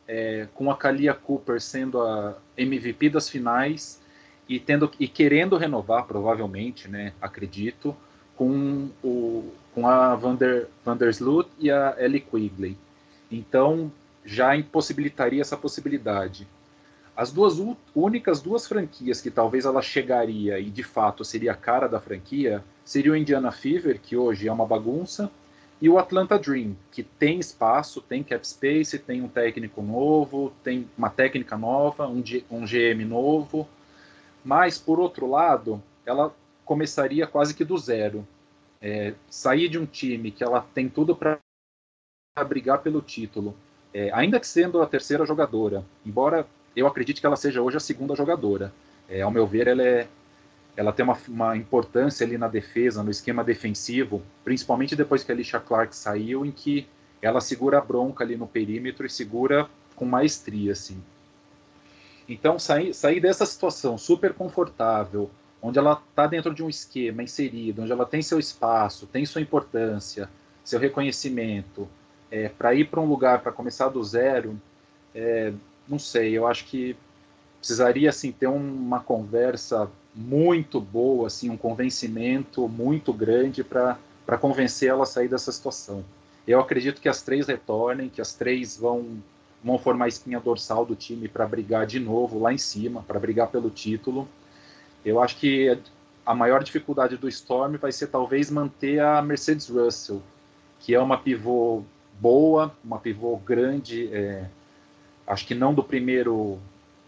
com a Kalia Cooper sendo a MVP das finais e querendo renovar, provavelmente, né, acredito, com a Vandersloot e a Ellie Quigley. Então, já impossibilitaria essa possibilidade. As únicas duas franquias que talvez ela chegaria e de fato seria a cara da franquia seria o Indiana Fever, que hoje é uma bagunça, e o Atlanta Dream, que tem espaço, tem cap space, tem um técnico novo, tem uma técnica nova, um GM novo, mas por outro lado, ela começaria quase que do zero. Sair de um time que ela tem tudo para brigar pelo título, ainda que sendo a terceira jogadora, embora eu acredite que ela seja hoje a segunda jogadora. Ao meu ver, ela tem uma importância ali na defesa, no esquema defensivo, principalmente depois que a Alicia Clark saiu, em que ela segura a bronca ali no perímetro e segura com maestria, assim. Então, sair dessa situação super confortável, onde ela está dentro de um esquema inserido, onde ela tem seu espaço, tem sua importância, seu reconhecimento, para ir para um lugar, para começar do zero, não sei, eu acho que precisaria assim, ter uma conversa muito boa, assim, um convencimento muito grande para convencer ela a sair dessa situação. Eu acredito que as três retornem, que as três vão formar a espinha dorsal do time para brigar de novo lá em cima, para brigar pelo título. Eu acho que a maior dificuldade do Storm vai ser talvez manter a Mercedes Russell, que é uma pivô boa, uma pivô grande, acho que não do primeiro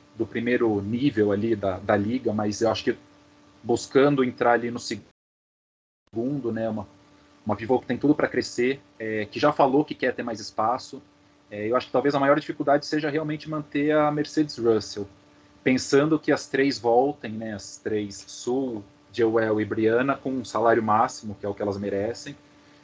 nível ali da liga, mas eu acho que buscando entrar ali no segundo, né, uma pivô que tem tudo para crescer, que já falou que quer ter mais espaço. Eu acho que talvez a maior dificuldade seja realmente manter a Mercedes Russell, pensando que as três voltem, né, as três, Sue, Jewel e Brianna, com um salário máximo, que é o que elas merecem.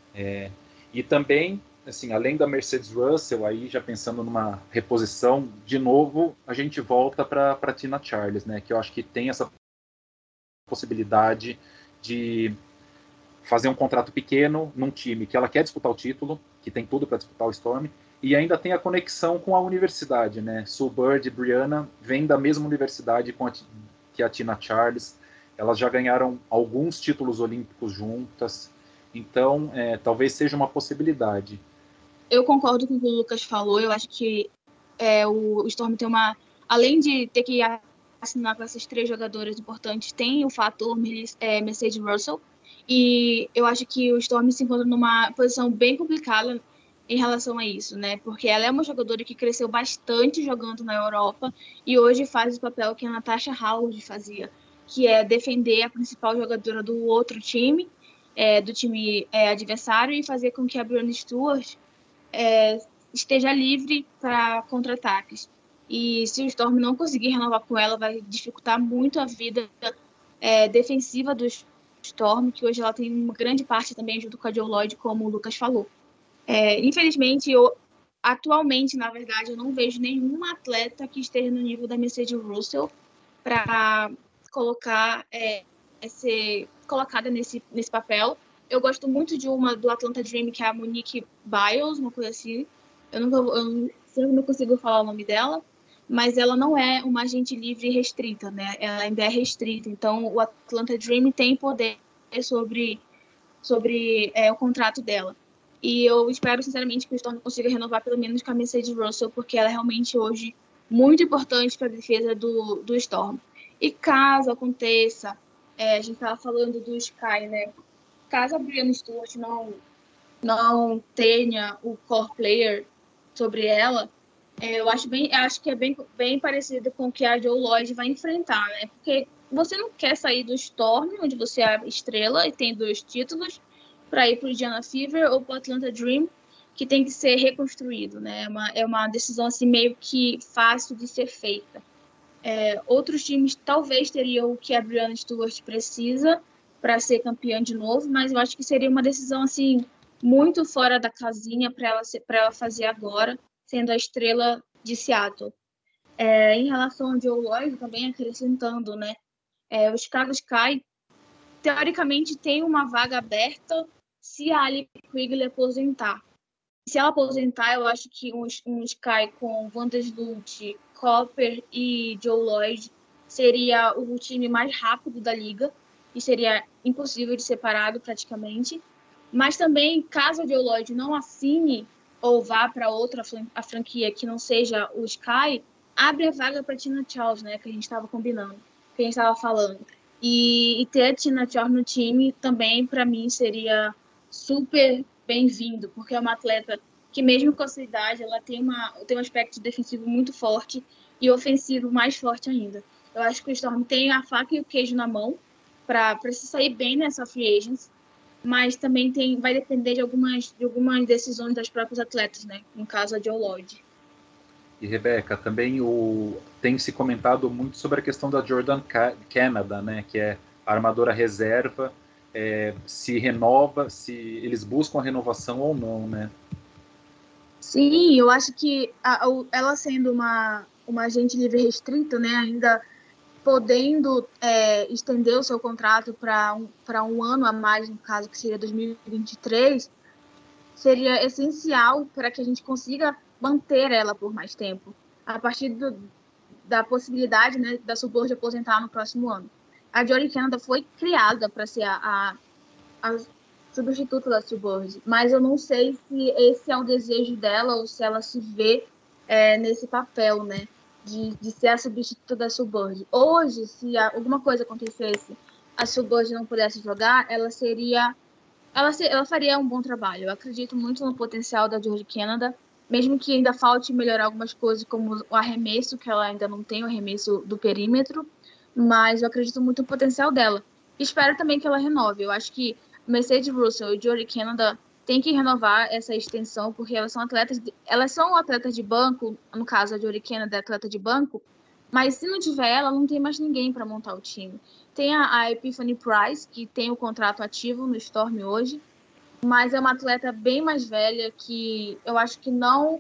E também, assim, além da Mercedes Russell, aí já pensando numa reposição, de novo, a gente volta para Tina Charles, né, que eu acho que tem essa possibilidade de fazer um contrato pequeno num time que ela quer disputar o título, que tem tudo para disputar o Storm, e ainda tem a conexão com a universidade, né? Sue Bird e Brianna vêm da mesma universidade que a Tina Charles, elas já ganharam alguns títulos olímpicos juntas, então talvez seja uma possibilidade. Eu concordo com o que o Lucas falou, eu acho que o Storm tem além de ter que assinar com essas três jogadoras importantes, tem o fator Mercedes Russell, e eu acho que o Storm se encontra numa posição bem complicada em relação a isso, né? Porque ela é uma jogadora que cresceu bastante jogando na Europa e hoje faz o papel que a Natasha Howard fazia, que é defender a principal jogadora do outro time, do time adversário, e fazer com que a Breanna Stewart esteja livre para contra-ataques. E se o Storm não conseguir renovar com ela, vai dificultar muito a vida defensiva do Storm, que hoje ela tem uma grande parte também junto com a Joe Lloyd, como o Lucas falou. Infelizmente, atualmente, na verdade, eu não vejo nenhuma atleta que esteja no nível da Mercedes Russell para ser colocada nesse papel. Eu gosto muito de uma do Atlanta Dream, que é a Monique Biles, uma coisa assim. Eu não consigo falar o nome dela, mas ela não é uma agente livre restrita, né? Ela ainda é restrita. Então, o Atlanta Dream tem poder sobre o contrato dela. E eu espero, sinceramente, que o Storm consiga renovar pelo menos com a Mercedes Russell, porque ela é realmente hoje muito importante para a defesa do Storm. E caso aconteça, a gente estava falando do Sky, né? Caso a Breanna Stewart não tenha o core player sobre ela, eu acho que é bem parecido com o que a Joe Lloyd vai enfrentar, né? Porque você não quer sair do Storm, onde você é a estrela e tem 2 títulos, para ir para o Indiana Fever ou para o Atlanta Dream, que tem que ser reconstruído, né? É uma decisão assim meio que fácil de ser feita. Outros times talvez teriam o que a Breanna Stewart precisa para ser campeã de novo, mas eu acho que seria uma decisão assim muito fora da casinha para ela fazer agora, sendo a estrela de Seattle. Em relação ao Joe Lloyd, também acrescentando, né? O Chicago Sky, teoricamente, tem uma vaga aberta se a Ali Quigley aposentar. se ela aposentar, eu acho que um Sky com Vandersloot, Copper e Joe Lloyd seria o time mais rápido da liga e seria impossível de separado praticamente. Mas também, caso o Joe Lloyd não assine ou vá para outra a franquia que não seja o Sky, abre a vaga para Tina Charles, né, que a gente estava combinando, que a gente estava falando. E ter a Tina Charles no time também, para mim, seria super bem-vindo, porque é uma atleta que, mesmo com a sua idade, ela tem um aspecto defensivo muito forte e ofensivo mais forte ainda. Eu acho que o Storm tem a faca e o queijo na mão para se sair bem nessa free agents, mas também vai depender de algumas decisões das próprias atletas, né? No caso, a Joe Lloyd. E, Rebeca, também tem se comentado muito sobre a questão da Jordan Canada, né? Que é a armadora reserva, se renova, se eles buscam a renovação ou não, né? Sim, eu acho que ela sendo uma agente livre restrita, né? Ainda podendo estender o seu contrato para um ano a mais, no caso, que seria 2023, seria essencial para que a gente consiga manter ela por mais tempo, a partir da possibilidade, né, da Suborge aposentar no próximo ano. A Jodie Canada foi criada para ser a substituta da Suborge, mas eu não sei se esse é o desejo dela ou se ela se vê nesse papel, né? De ser a substituta da Suborge. Hoje, se alguma coisa acontecesse, a Suborge não pudesse jogar, ela faria um bom trabalho. Eu acredito muito no potencial da Jodie Canada, mesmo que ainda falte melhorar algumas coisas, como o arremesso, que ela ainda não tem, o arremesso do perímetro, mas eu acredito muito no potencial dela. Espero também que ela renove. Eu acho que Mercedes Russell e Jodie Canada tem que renovar essa extensão, porque elas são atletas de banco, no caso a Jodie Canada é atleta de banco, mas se não tiver ela, não tem mais ninguém para montar o time. Tem a Epiphany Price, que tem o contrato ativo no Storm hoje, mas é uma atleta bem mais velha que eu acho que não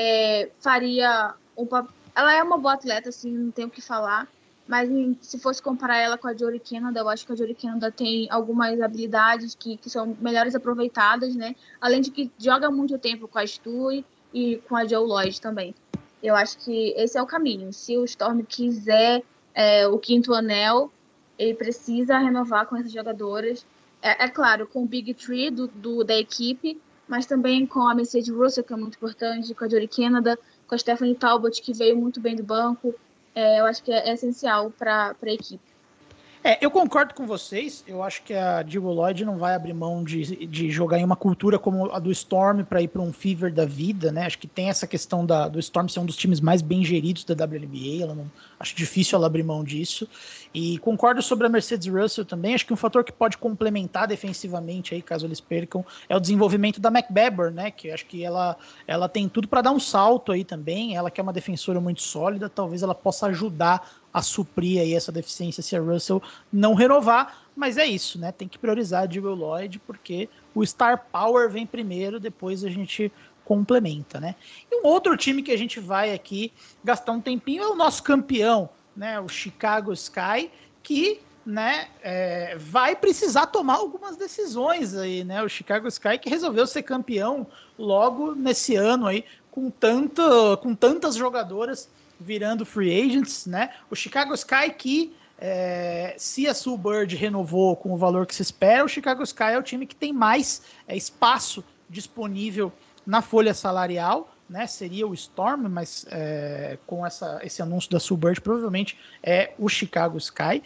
faria ela é uma boa atleta, assim, não tenho o que falar, mas se fosse comparar ela com a Jodie Canada, eu acho que a Jodie Canada tem algumas habilidades que são melhores aproveitadas, né? Além de que joga muito tempo com a Stu e com a Joe Lloyd também. Eu acho que esse é o caminho. Se o Storm quiser o quinto anel, ele precisa renovar com essas jogadoras. É claro, com o Big Three da equipe, mas também com a Mercedes Russell, que é muito importante, com a Jodie Canada, com a Stephanie Talbot, que veio muito bem do banco. Eu acho que é essencial para a equipe. Eu concordo com vocês. Eu acho que a Jill Lloyd não vai abrir mão de jogar em uma cultura como a do Storm para ir para um Fever da vida, né? Acho que tem essa questão do Storm ser um dos times mais bem geridos da WNBA. Acho difícil ela abrir mão disso. E concordo sobre a Mercedes Russell também. Acho que um fator que pode complementar defensivamente, aí, caso eles percam, é o desenvolvimento da McBaber, né? Que acho que ela tem tudo para dar um salto aí também. Ela que é uma defensora muito sólida, talvez ela possa ajudar a suprir aí essa deficiência se a Russell não renovar, mas é isso, né? Tem que priorizar a Jewel Lloyd, porque o Star Power vem primeiro, depois a gente complementa, né? E um outro time que a gente vai aqui gastar um tempinho é o nosso campeão, né? O Chicago Sky, que, né, vai precisar tomar algumas decisões aí, né? O Chicago Sky que resolveu ser campeão logo nesse ano aí, com tantas jogadoras virando free agents, né? O Chicago Sky que, se a Sue Bird renovou com o valor que se espera, o Chicago Sky é o time que tem mais espaço disponível na folha salarial, né? Seria o Storm, mas com esse anúncio da Sue Bird, provavelmente é o Chicago Sky.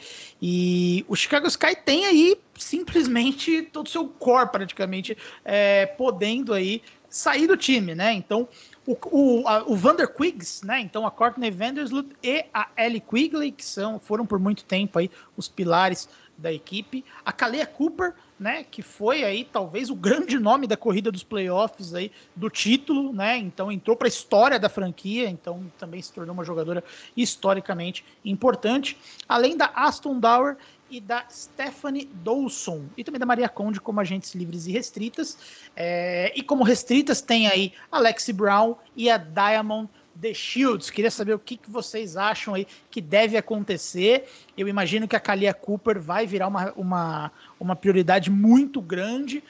E o Chicago Sky tem aí simplesmente todo o seu core praticamente podendo aí sair do time, né? Então o Vander Quiggs, né? Então a Courtney Vandersloot e a Ellie Quigley, que foram por muito tempo aí os pilares da equipe. A Kalea Cooper, né? Que foi aí talvez o grande nome da corrida dos playoffs aí do título, né? Então entrou para a história da franquia, então também se tornou uma jogadora historicamente importante. Além da Aston Dower e da Stephanie Dawson, e também da Maria Conde como agentes livres e restritas. E como restritas tem aí a Lexi Brown e a Diamond The Shields. Queria saber o que vocês acham aí que deve acontecer. Eu imagino que a Kalia Cooper vai virar uma prioridade muito grande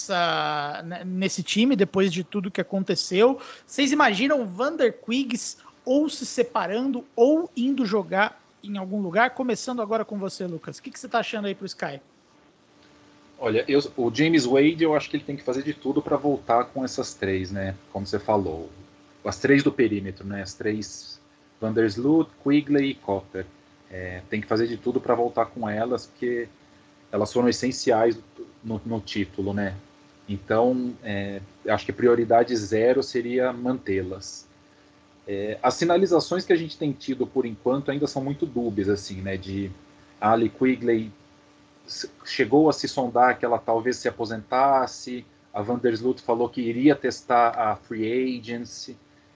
nesse time, depois de tudo que aconteceu. Vocês imaginam o Vander Quiggs ou se separando ou indo jogar em algum lugar? Começando agora com você, Lucas. O que você está achando aí pro Sky? Olha, o James Wade, eu acho que ele tem que fazer de tudo para voltar com essas três, né? Como você falou. As três do perímetro, né? As três, Vandersloot, Quigley e Cotter. Tem que fazer de tudo para voltar com elas, porque elas foram essenciais no título, né? Então, acho que prioridade zero seria mantê-las. As sinalizações que a gente tem tido por enquanto ainda são muito dúbias, assim, né? De Ali Quigley chegou a se sondar que ela talvez se aposentasse. A Vandersloot falou que iria testar a free agency.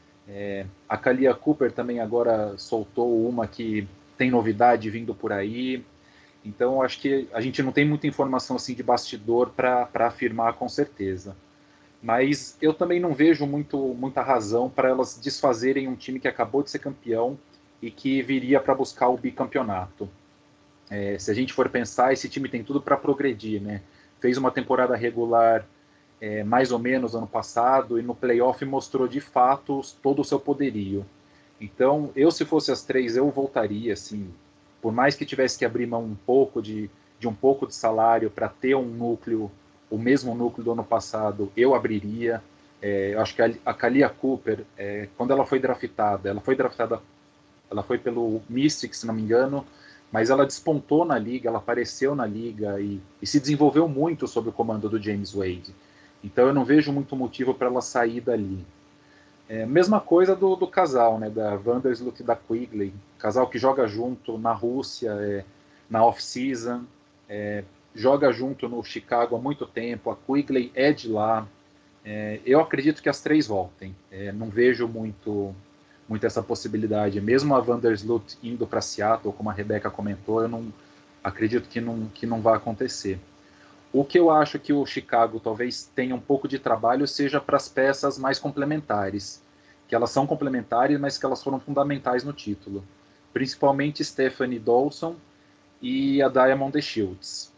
A Kalia Cooper também agora soltou uma que tem novidade vindo por aí. Então, acho que a gente não tem muita informação assim de bastidor para afirmar com certeza. Mas eu também não vejo muita razão para elas desfazerem um time que acabou de ser campeão e que viria para buscar o bicampeonato. Se a gente for pensar, esse time tem tudo para progredir, né? Fez uma temporada regular mais ou menos ano passado e no playoff mostrou de fato todo o seu poderio. Então, se fosse as três, eu voltaria, assim, por mais que tivesse que abrir mão um pouco de um pouco de salário para ter um núcleo, o mesmo núcleo do ano passado, eu abriria. Eu acho que a Kalia Cooper, quando ela foi draftada, ela foi pelo Mystics, se não me engano, mas ela despontou na liga, ela apareceu na liga e se desenvolveu muito sob o comando do James Wade. Então eu não vejo muito motivo para ela sair dali. Mesma coisa do casal, né, da Vandersloot e da Quigley, casal que joga junto na Rússia, na off-season, joga junto no Chicago há muito tempo, a Quigley é de lá. Eu acredito que as três voltem. Não vejo muito essa possibilidade. Mesmo a Vandersloot indo para Seattle, como a Rebeca comentou, eu não acredito que não vai acontecer. O que eu acho que o Chicago talvez tenha um pouco de trabalho seja para as peças mais complementares, que elas são complementares, mas que elas foram fundamentais no título. Principalmente Stephanie Dawson e a Diamond Shields.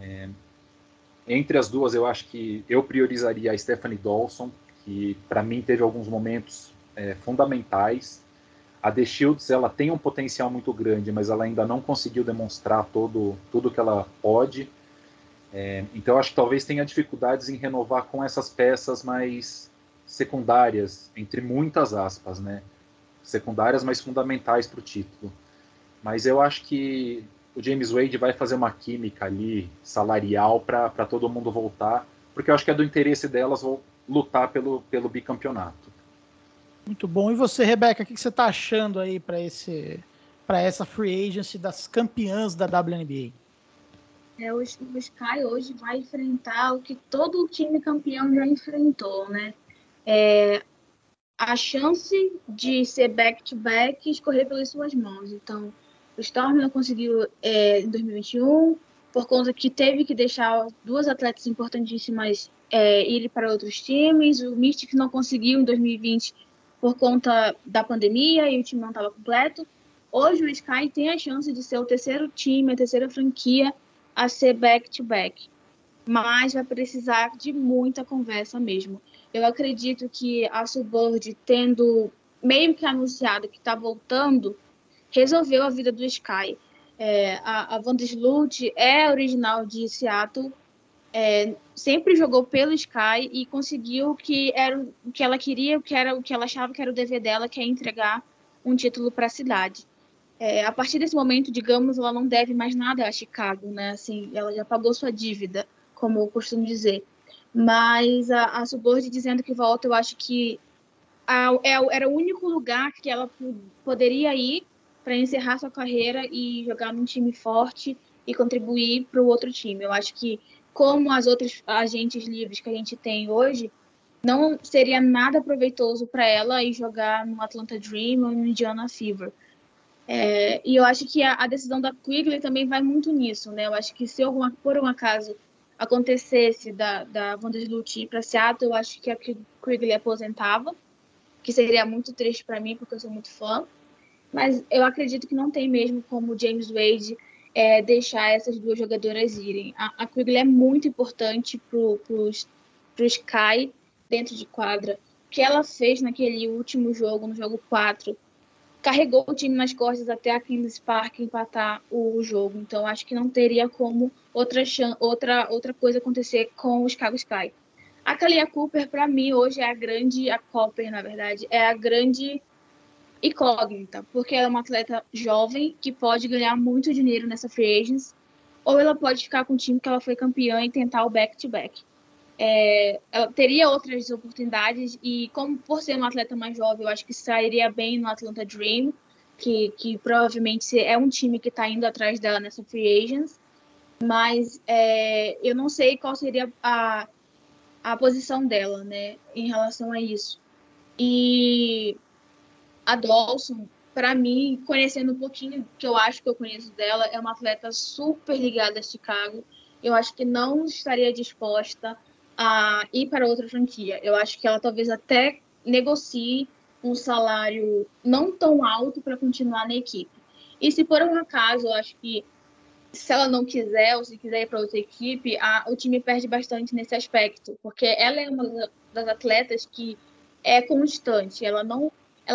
Entre as duas, eu acho que eu priorizaria a Stephanie Dawson, que para mim teve alguns momentos fundamentais. A The Shields, ela tem um potencial muito grande, mas ela ainda não conseguiu demonstrar tudo que ela pode. Então, acho que talvez tenha dificuldades em renovar com essas peças mais secundárias, entre muitas aspas, né? Secundárias, mas fundamentais para o título. Mas eu acho que o James Wade vai fazer uma química ali, salarial, para todo mundo voltar, porque eu acho que é do interesse delas lutar pelo bicampeonato. Muito bom. E você, Rebeca, o que você está achando aí para essa free agency das campeãs da WNBA? O Sky hoje vai enfrentar o que todo time campeão já enfrentou, né? A chance de ser back-to-back escorrer pelas suas mãos. Então, o Storm não conseguiu em 2021, por conta que teve que deixar duas atletas importantíssimas irem para outros times. O Mystics não conseguiu em 2020 por conta da pandemia e o time não estava completo. Hoje o Sky tem a chance de ser o terceiro time, a terceira franquia a ser back-to-back. Mas vai precisar de muita conversa mesmo. Eu acredito que a Subbird, tendo meio que anunciado que está voltando, resolveu a vida do Sky. A Vandersloot é original de Seattle, sempre jogou pelo Sky e conseguiu o que era o que ela queria, o que ela achava que era o dever dela, que é entregar um título para a cidade. A partir desse momento, digamos, ela não deve mais nada a Chicago, né? Assim, ela já pagou sua dívida, como eu costumo dizer. Mas a Subbird dizendo que volta, eu acho que era o único lugar que ela poderia ir para encerrar sua carreira e jogar num time forte e contribuir para o outro time. Eu acho que, como as outras agentes livres que a gente tem hoje, não seria nada proveitoso para ela ir jogar no Atlanta Dream ou no Indiana Fever. E eu acho que a decisão da Quigley também vai muito nisso, né? Eu acho que se por um acaso acontecesse da Vandersloot ir para Seattle, eu acho que a Quigley aposentava. que seria muito triste para mim, porque eu sou muito fã. Mas eu acredito que não tem mesmo como o James Wade deixar essas duas jogadoras irem. A Quigley é muito importante pro Sky dentro de quadra. O que ela fez naquele último jogo, no jogo 4, carregou o time nas costas até a Candace Parker empatar o jogo. Então, acho que não teria como outra coisa acontecer com o Chicago Sky. A Kahleah Copper, para mim, hoje é a Copper, na verdade, é a grande incógnita, porque ela é uma atleta jovem que pode ganhar muito dinheiro nessa free agents, ou ela pode ficar com o time que ela foi campeã e tentar o back-to-back. Ela teria outras oportunidades e, como por ser uma atleta mais jovem, eu acho que sairia bem no Atlanta Dream, que provavelmente é um time que está indo atrás dela nessa free agents, mas eu não sei qual seria a posição dela, né, em relação a isso. E a Dawson, para mim, conhecendo um pouquinho que eu acho que eu conheço dela, é uma atleta super ligada a Chicago. Eu acho que não estaria disposta a ir para outra franquia. Eu acho que ela talvez até negocie um salário não tão alto para continuar na equipe. E se por um acaso, eu acho que se ela não quiser, ou se quiser ir para outra equipe, o time perde bastante nesse aspecto, porque ela é uma das atletas que é constante. Ela não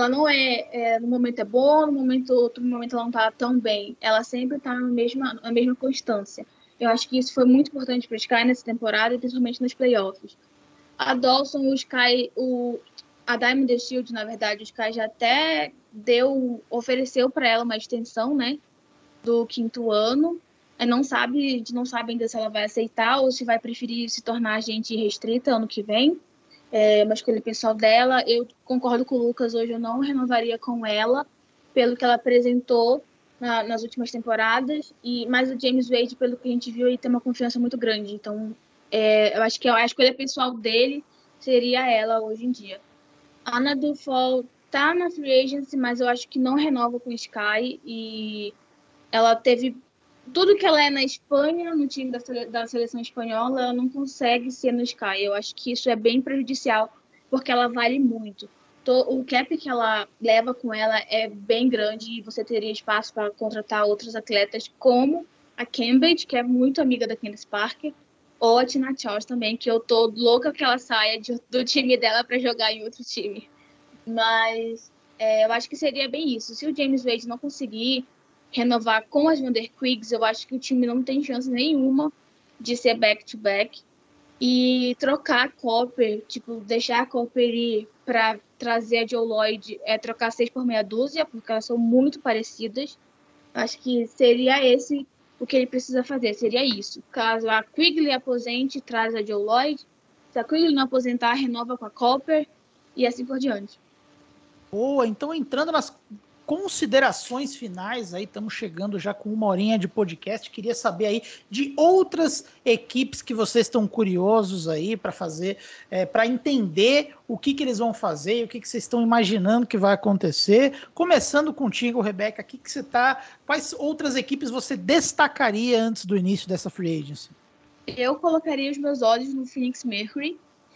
no momento é boa, outro momento ela não está tão bem. Ela sempre está na mesma constância. Eu acho que isso foi muito importante para o Sky nessa temporada, principalmente nos playoffs. A Dawson, o Sky, a Diamond Shield, na verdade, o Sky já até ofereceu para ela uma extensão, né, do 5º ano. Não sabe ainda se ela vai aceitar ou se vai preferir se tornar agente restrita ano que vem. Uma escolha pessoal dela. Eu concordo com o Lucas, hoje eu não renovaria com ela, pelo que ela apresentou nas últimas temporadas, mas o James Wade, pelo que a gente viu, ele tem uma confiança muito grande. Então, eu acho que a escolha pessoal dele seria ela hoje em dia. A Anna Dufall tá na free agency, mas eu acho que não renova com o Sky, e ela teve tudo que ela é na Espanha, no time da seleção espanhola, ela não consegue ser no Sky. Eu acho que isso é bem prejudicial, porque ela vale muito. O cap que ela leva com ela é bem grande e você teria espaço para contratar outros atletas, como a Cambridge, que é muito amiga da Candace Parker, ou a Tina Charles também, que eu tô louca que ela saia do time dela para jogar em outro time. Mas eu acho que seria bem isso. Se o James Wade não conseguir renovar com as Vanderquigs, eu acho que o time não tem chance nenhuma de ser back-to-back. E trocar a Copper, deixar a Copper ir para trazer a Joe Lloyd, trocar 6 por meia dúzia, porque elas são muito parecidas. Acho que seria esse o que ele precisa fazer, seria isso. Caso a Quigley aposente, traz a Joe Lloyd. Se a Quigley não aposentar, renova com a Copper e assim por diante. Boa, então entrando nas considerações finais, aí estamos chegando já com 1 horinha de podcast. Queria saber aí de outras equipes que vocês estão curiosos aí para fazer, para entender o que eles vão fazer, o que vocês estão imaginando que vai acontecer. Começando contigo, Rebeca, quais outras equipes você destacaria antes do início dessa free agency? Eu colocaria os meus olhos no Phoenix Mercury,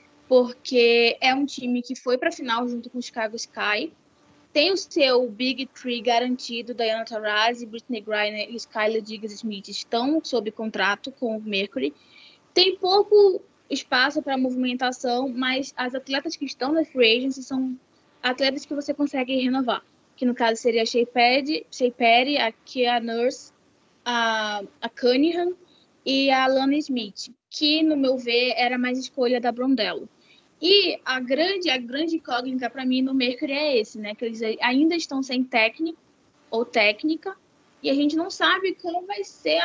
porque é um time que foi para a final junto com o Chicago Sky. Tem o seu Big Three garantido, Diana Taurasi, Brittney Griner e Skylar Diggs-Smith estão sob contrato com o Mercury. Tem pouco espaço para movimentação, mas as atletas que estão na free agency são atletas que você consegue renovar, que no caso seria a Shea Perry, a Kia Nurse, a Cunningham e a Alana Smith, que, no meu ver, era mais escolha da Brondello. E a grande incógnita para mim no Mercury é esse, né? Que eles ainda estão sem técnico ou técnica, e a gente não sabe quem vai ser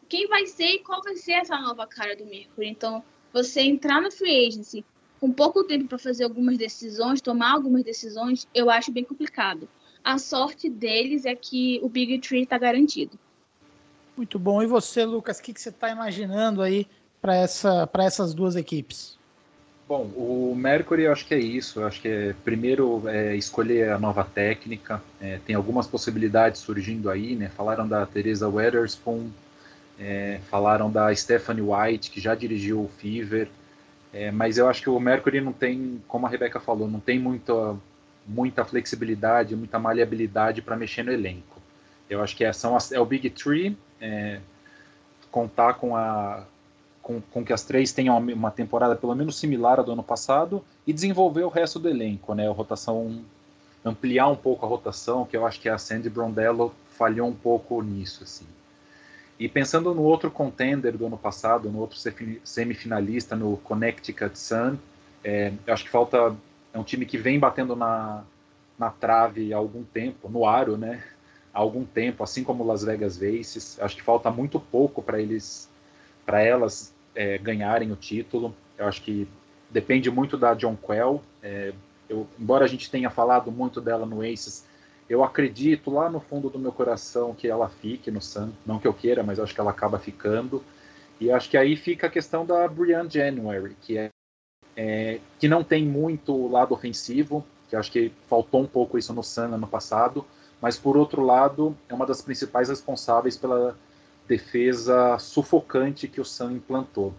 e qual vai ser essa nova cara do Mercury. Então, você entrar na free agency com pouco tempo para fazer algumas decisões, tomar algumas decisões, eu acho bem complicado. A sorte deles é que o Big Three está garantido. Muito bom. E você, Lucas, o que você está imaginando aí para essas duas equipes? Bom, o Mercury eu acho que é isso. Eu acho que primeiro escolher a nova técnica. Tem algumas possibilidades surgindo aí, né? Falaram da Teresa Weatherspoon, falaram da Stephanie White, que já dirigiu o Fever. Mas eu acho que o Mercury não tem, como a Rebeca falou, não tem muita flexibilidade, muita maleabilidade para mexer no elenco. Eu acho que é o Big Three, contar com que as três tenham uma temporada pelo menos similar à do ano passado e desenvolver o resto do elenco, né? Ampliar um pouco a rotação, que eu acho que a Sandy Brondello falhou um pouco nisso, assim. E pensando no outro contender do ano passado, no outro semifinalista, no Connecticut Sun, eu acho que é um time que vem batendo na trave há algum tempo, no aro, né? Há algum tempo, assim como o Las Vegas Aces. Acho que falta muito pouco para elas ganharem o título. Eu acho que depende muito da Jonquel. Embora a gente tenha falado muito dela no Aces, eu acredito lá no fundo do meu coração que ela fique no Sun. Não que eu queira, mas eu acho que ela acaba ficando. E acho que aí fica a questão da Brianne January, que não tem muito lado ofensivo, que acho que faltou um pouco isso no Sun ano passado, mas por outro lado é uma das principais responsáveis pela defesa sufocante que o Sun implantou.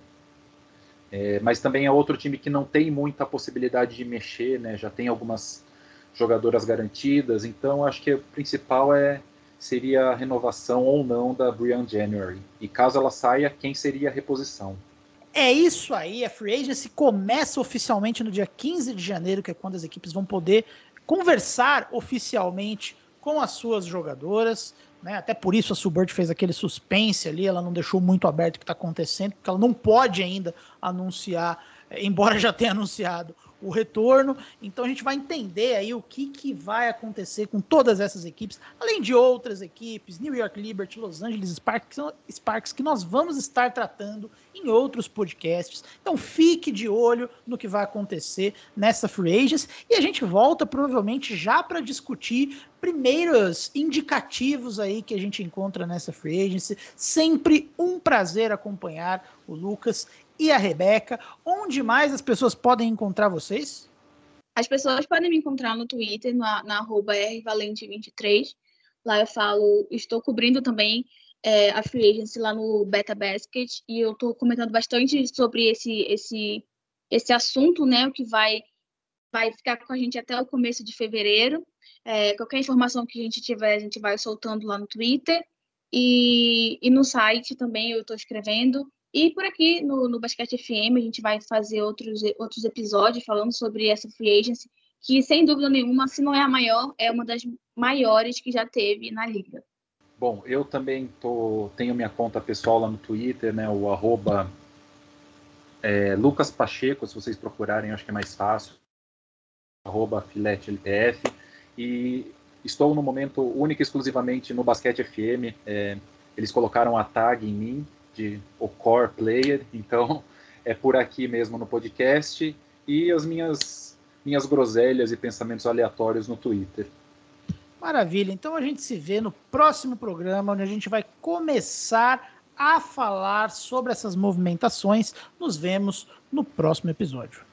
Mas também é outro time que não tem muita possibilidade de mexer, né? Já tem algumas jogadoras garantidas, então acho que o principal seria a renovação ou não da Brianne January. E caso ela saia, quem seria a reposição? É isso aí, a Free Agency começa oficialmente no dia 15 de janeiro, que é quando as equipes vão poder conversar oficialmente com as suas jogadoras, né? Até por isso a Subert fez aquele suspense ali, ela não deixou muito aberto o que está acontecendo, porque ela não pode ainda anunciar, embora já tenha anunciado o retorno. Então a gente vai entender aí o que vai acontecer com todas essas equipes, além de outras equipes, New York Liberty, Los Angeles Sparks, que nós vamos estar tratando em outros podcasts. Então fique de olho no que vai acontecer nessa Free Agency e a gente volta provavelmente já para discutir primeiros indicativos aí que a gente encontra nessa Free Agency. Sempre um prazer acompanhar o Lucas e a Rebeca. Onde mais as pessoas podem encontrar vocês? As pessoas podem me encontrar no Twitter, na @rvalente23. Lá eu falo, estou cobrindo também a Free Agency lá no Beta Basket, e eu estou comentando bastante sobre esse assunto, né, o que vai ficar com a gente até o começo de fevereiro. Qualquer informação que a gente tiver, a gente vai soltando lá no Twitter. E no site também eu estou escrevendo. E por aqui no Basquete FM a gente vai fazer outros episódios falando sobre essa Free Agency, que sem dúvida nenhuma, se não é a maior, é uma das maiores que já teve na liga. Bom, eu também tenho minha conta pessoal lá no Twitter, né, o @Lucas Pacheco, se vocês procurarem, acho que é mais fácil, @FileteLTF, e estou no momento único e exclusivamente no Basquete FM. Eles colocaram a tag em mim de o core player, então é por aqui mesmo no podcast, e as minhas groselhas e pensamentos aleatórios no Twitter. Maravilha, então a gente se vê no próximo programa, onde a gente vai começar a falar sobre essas movimentações. Nos vemos no próximo episódio.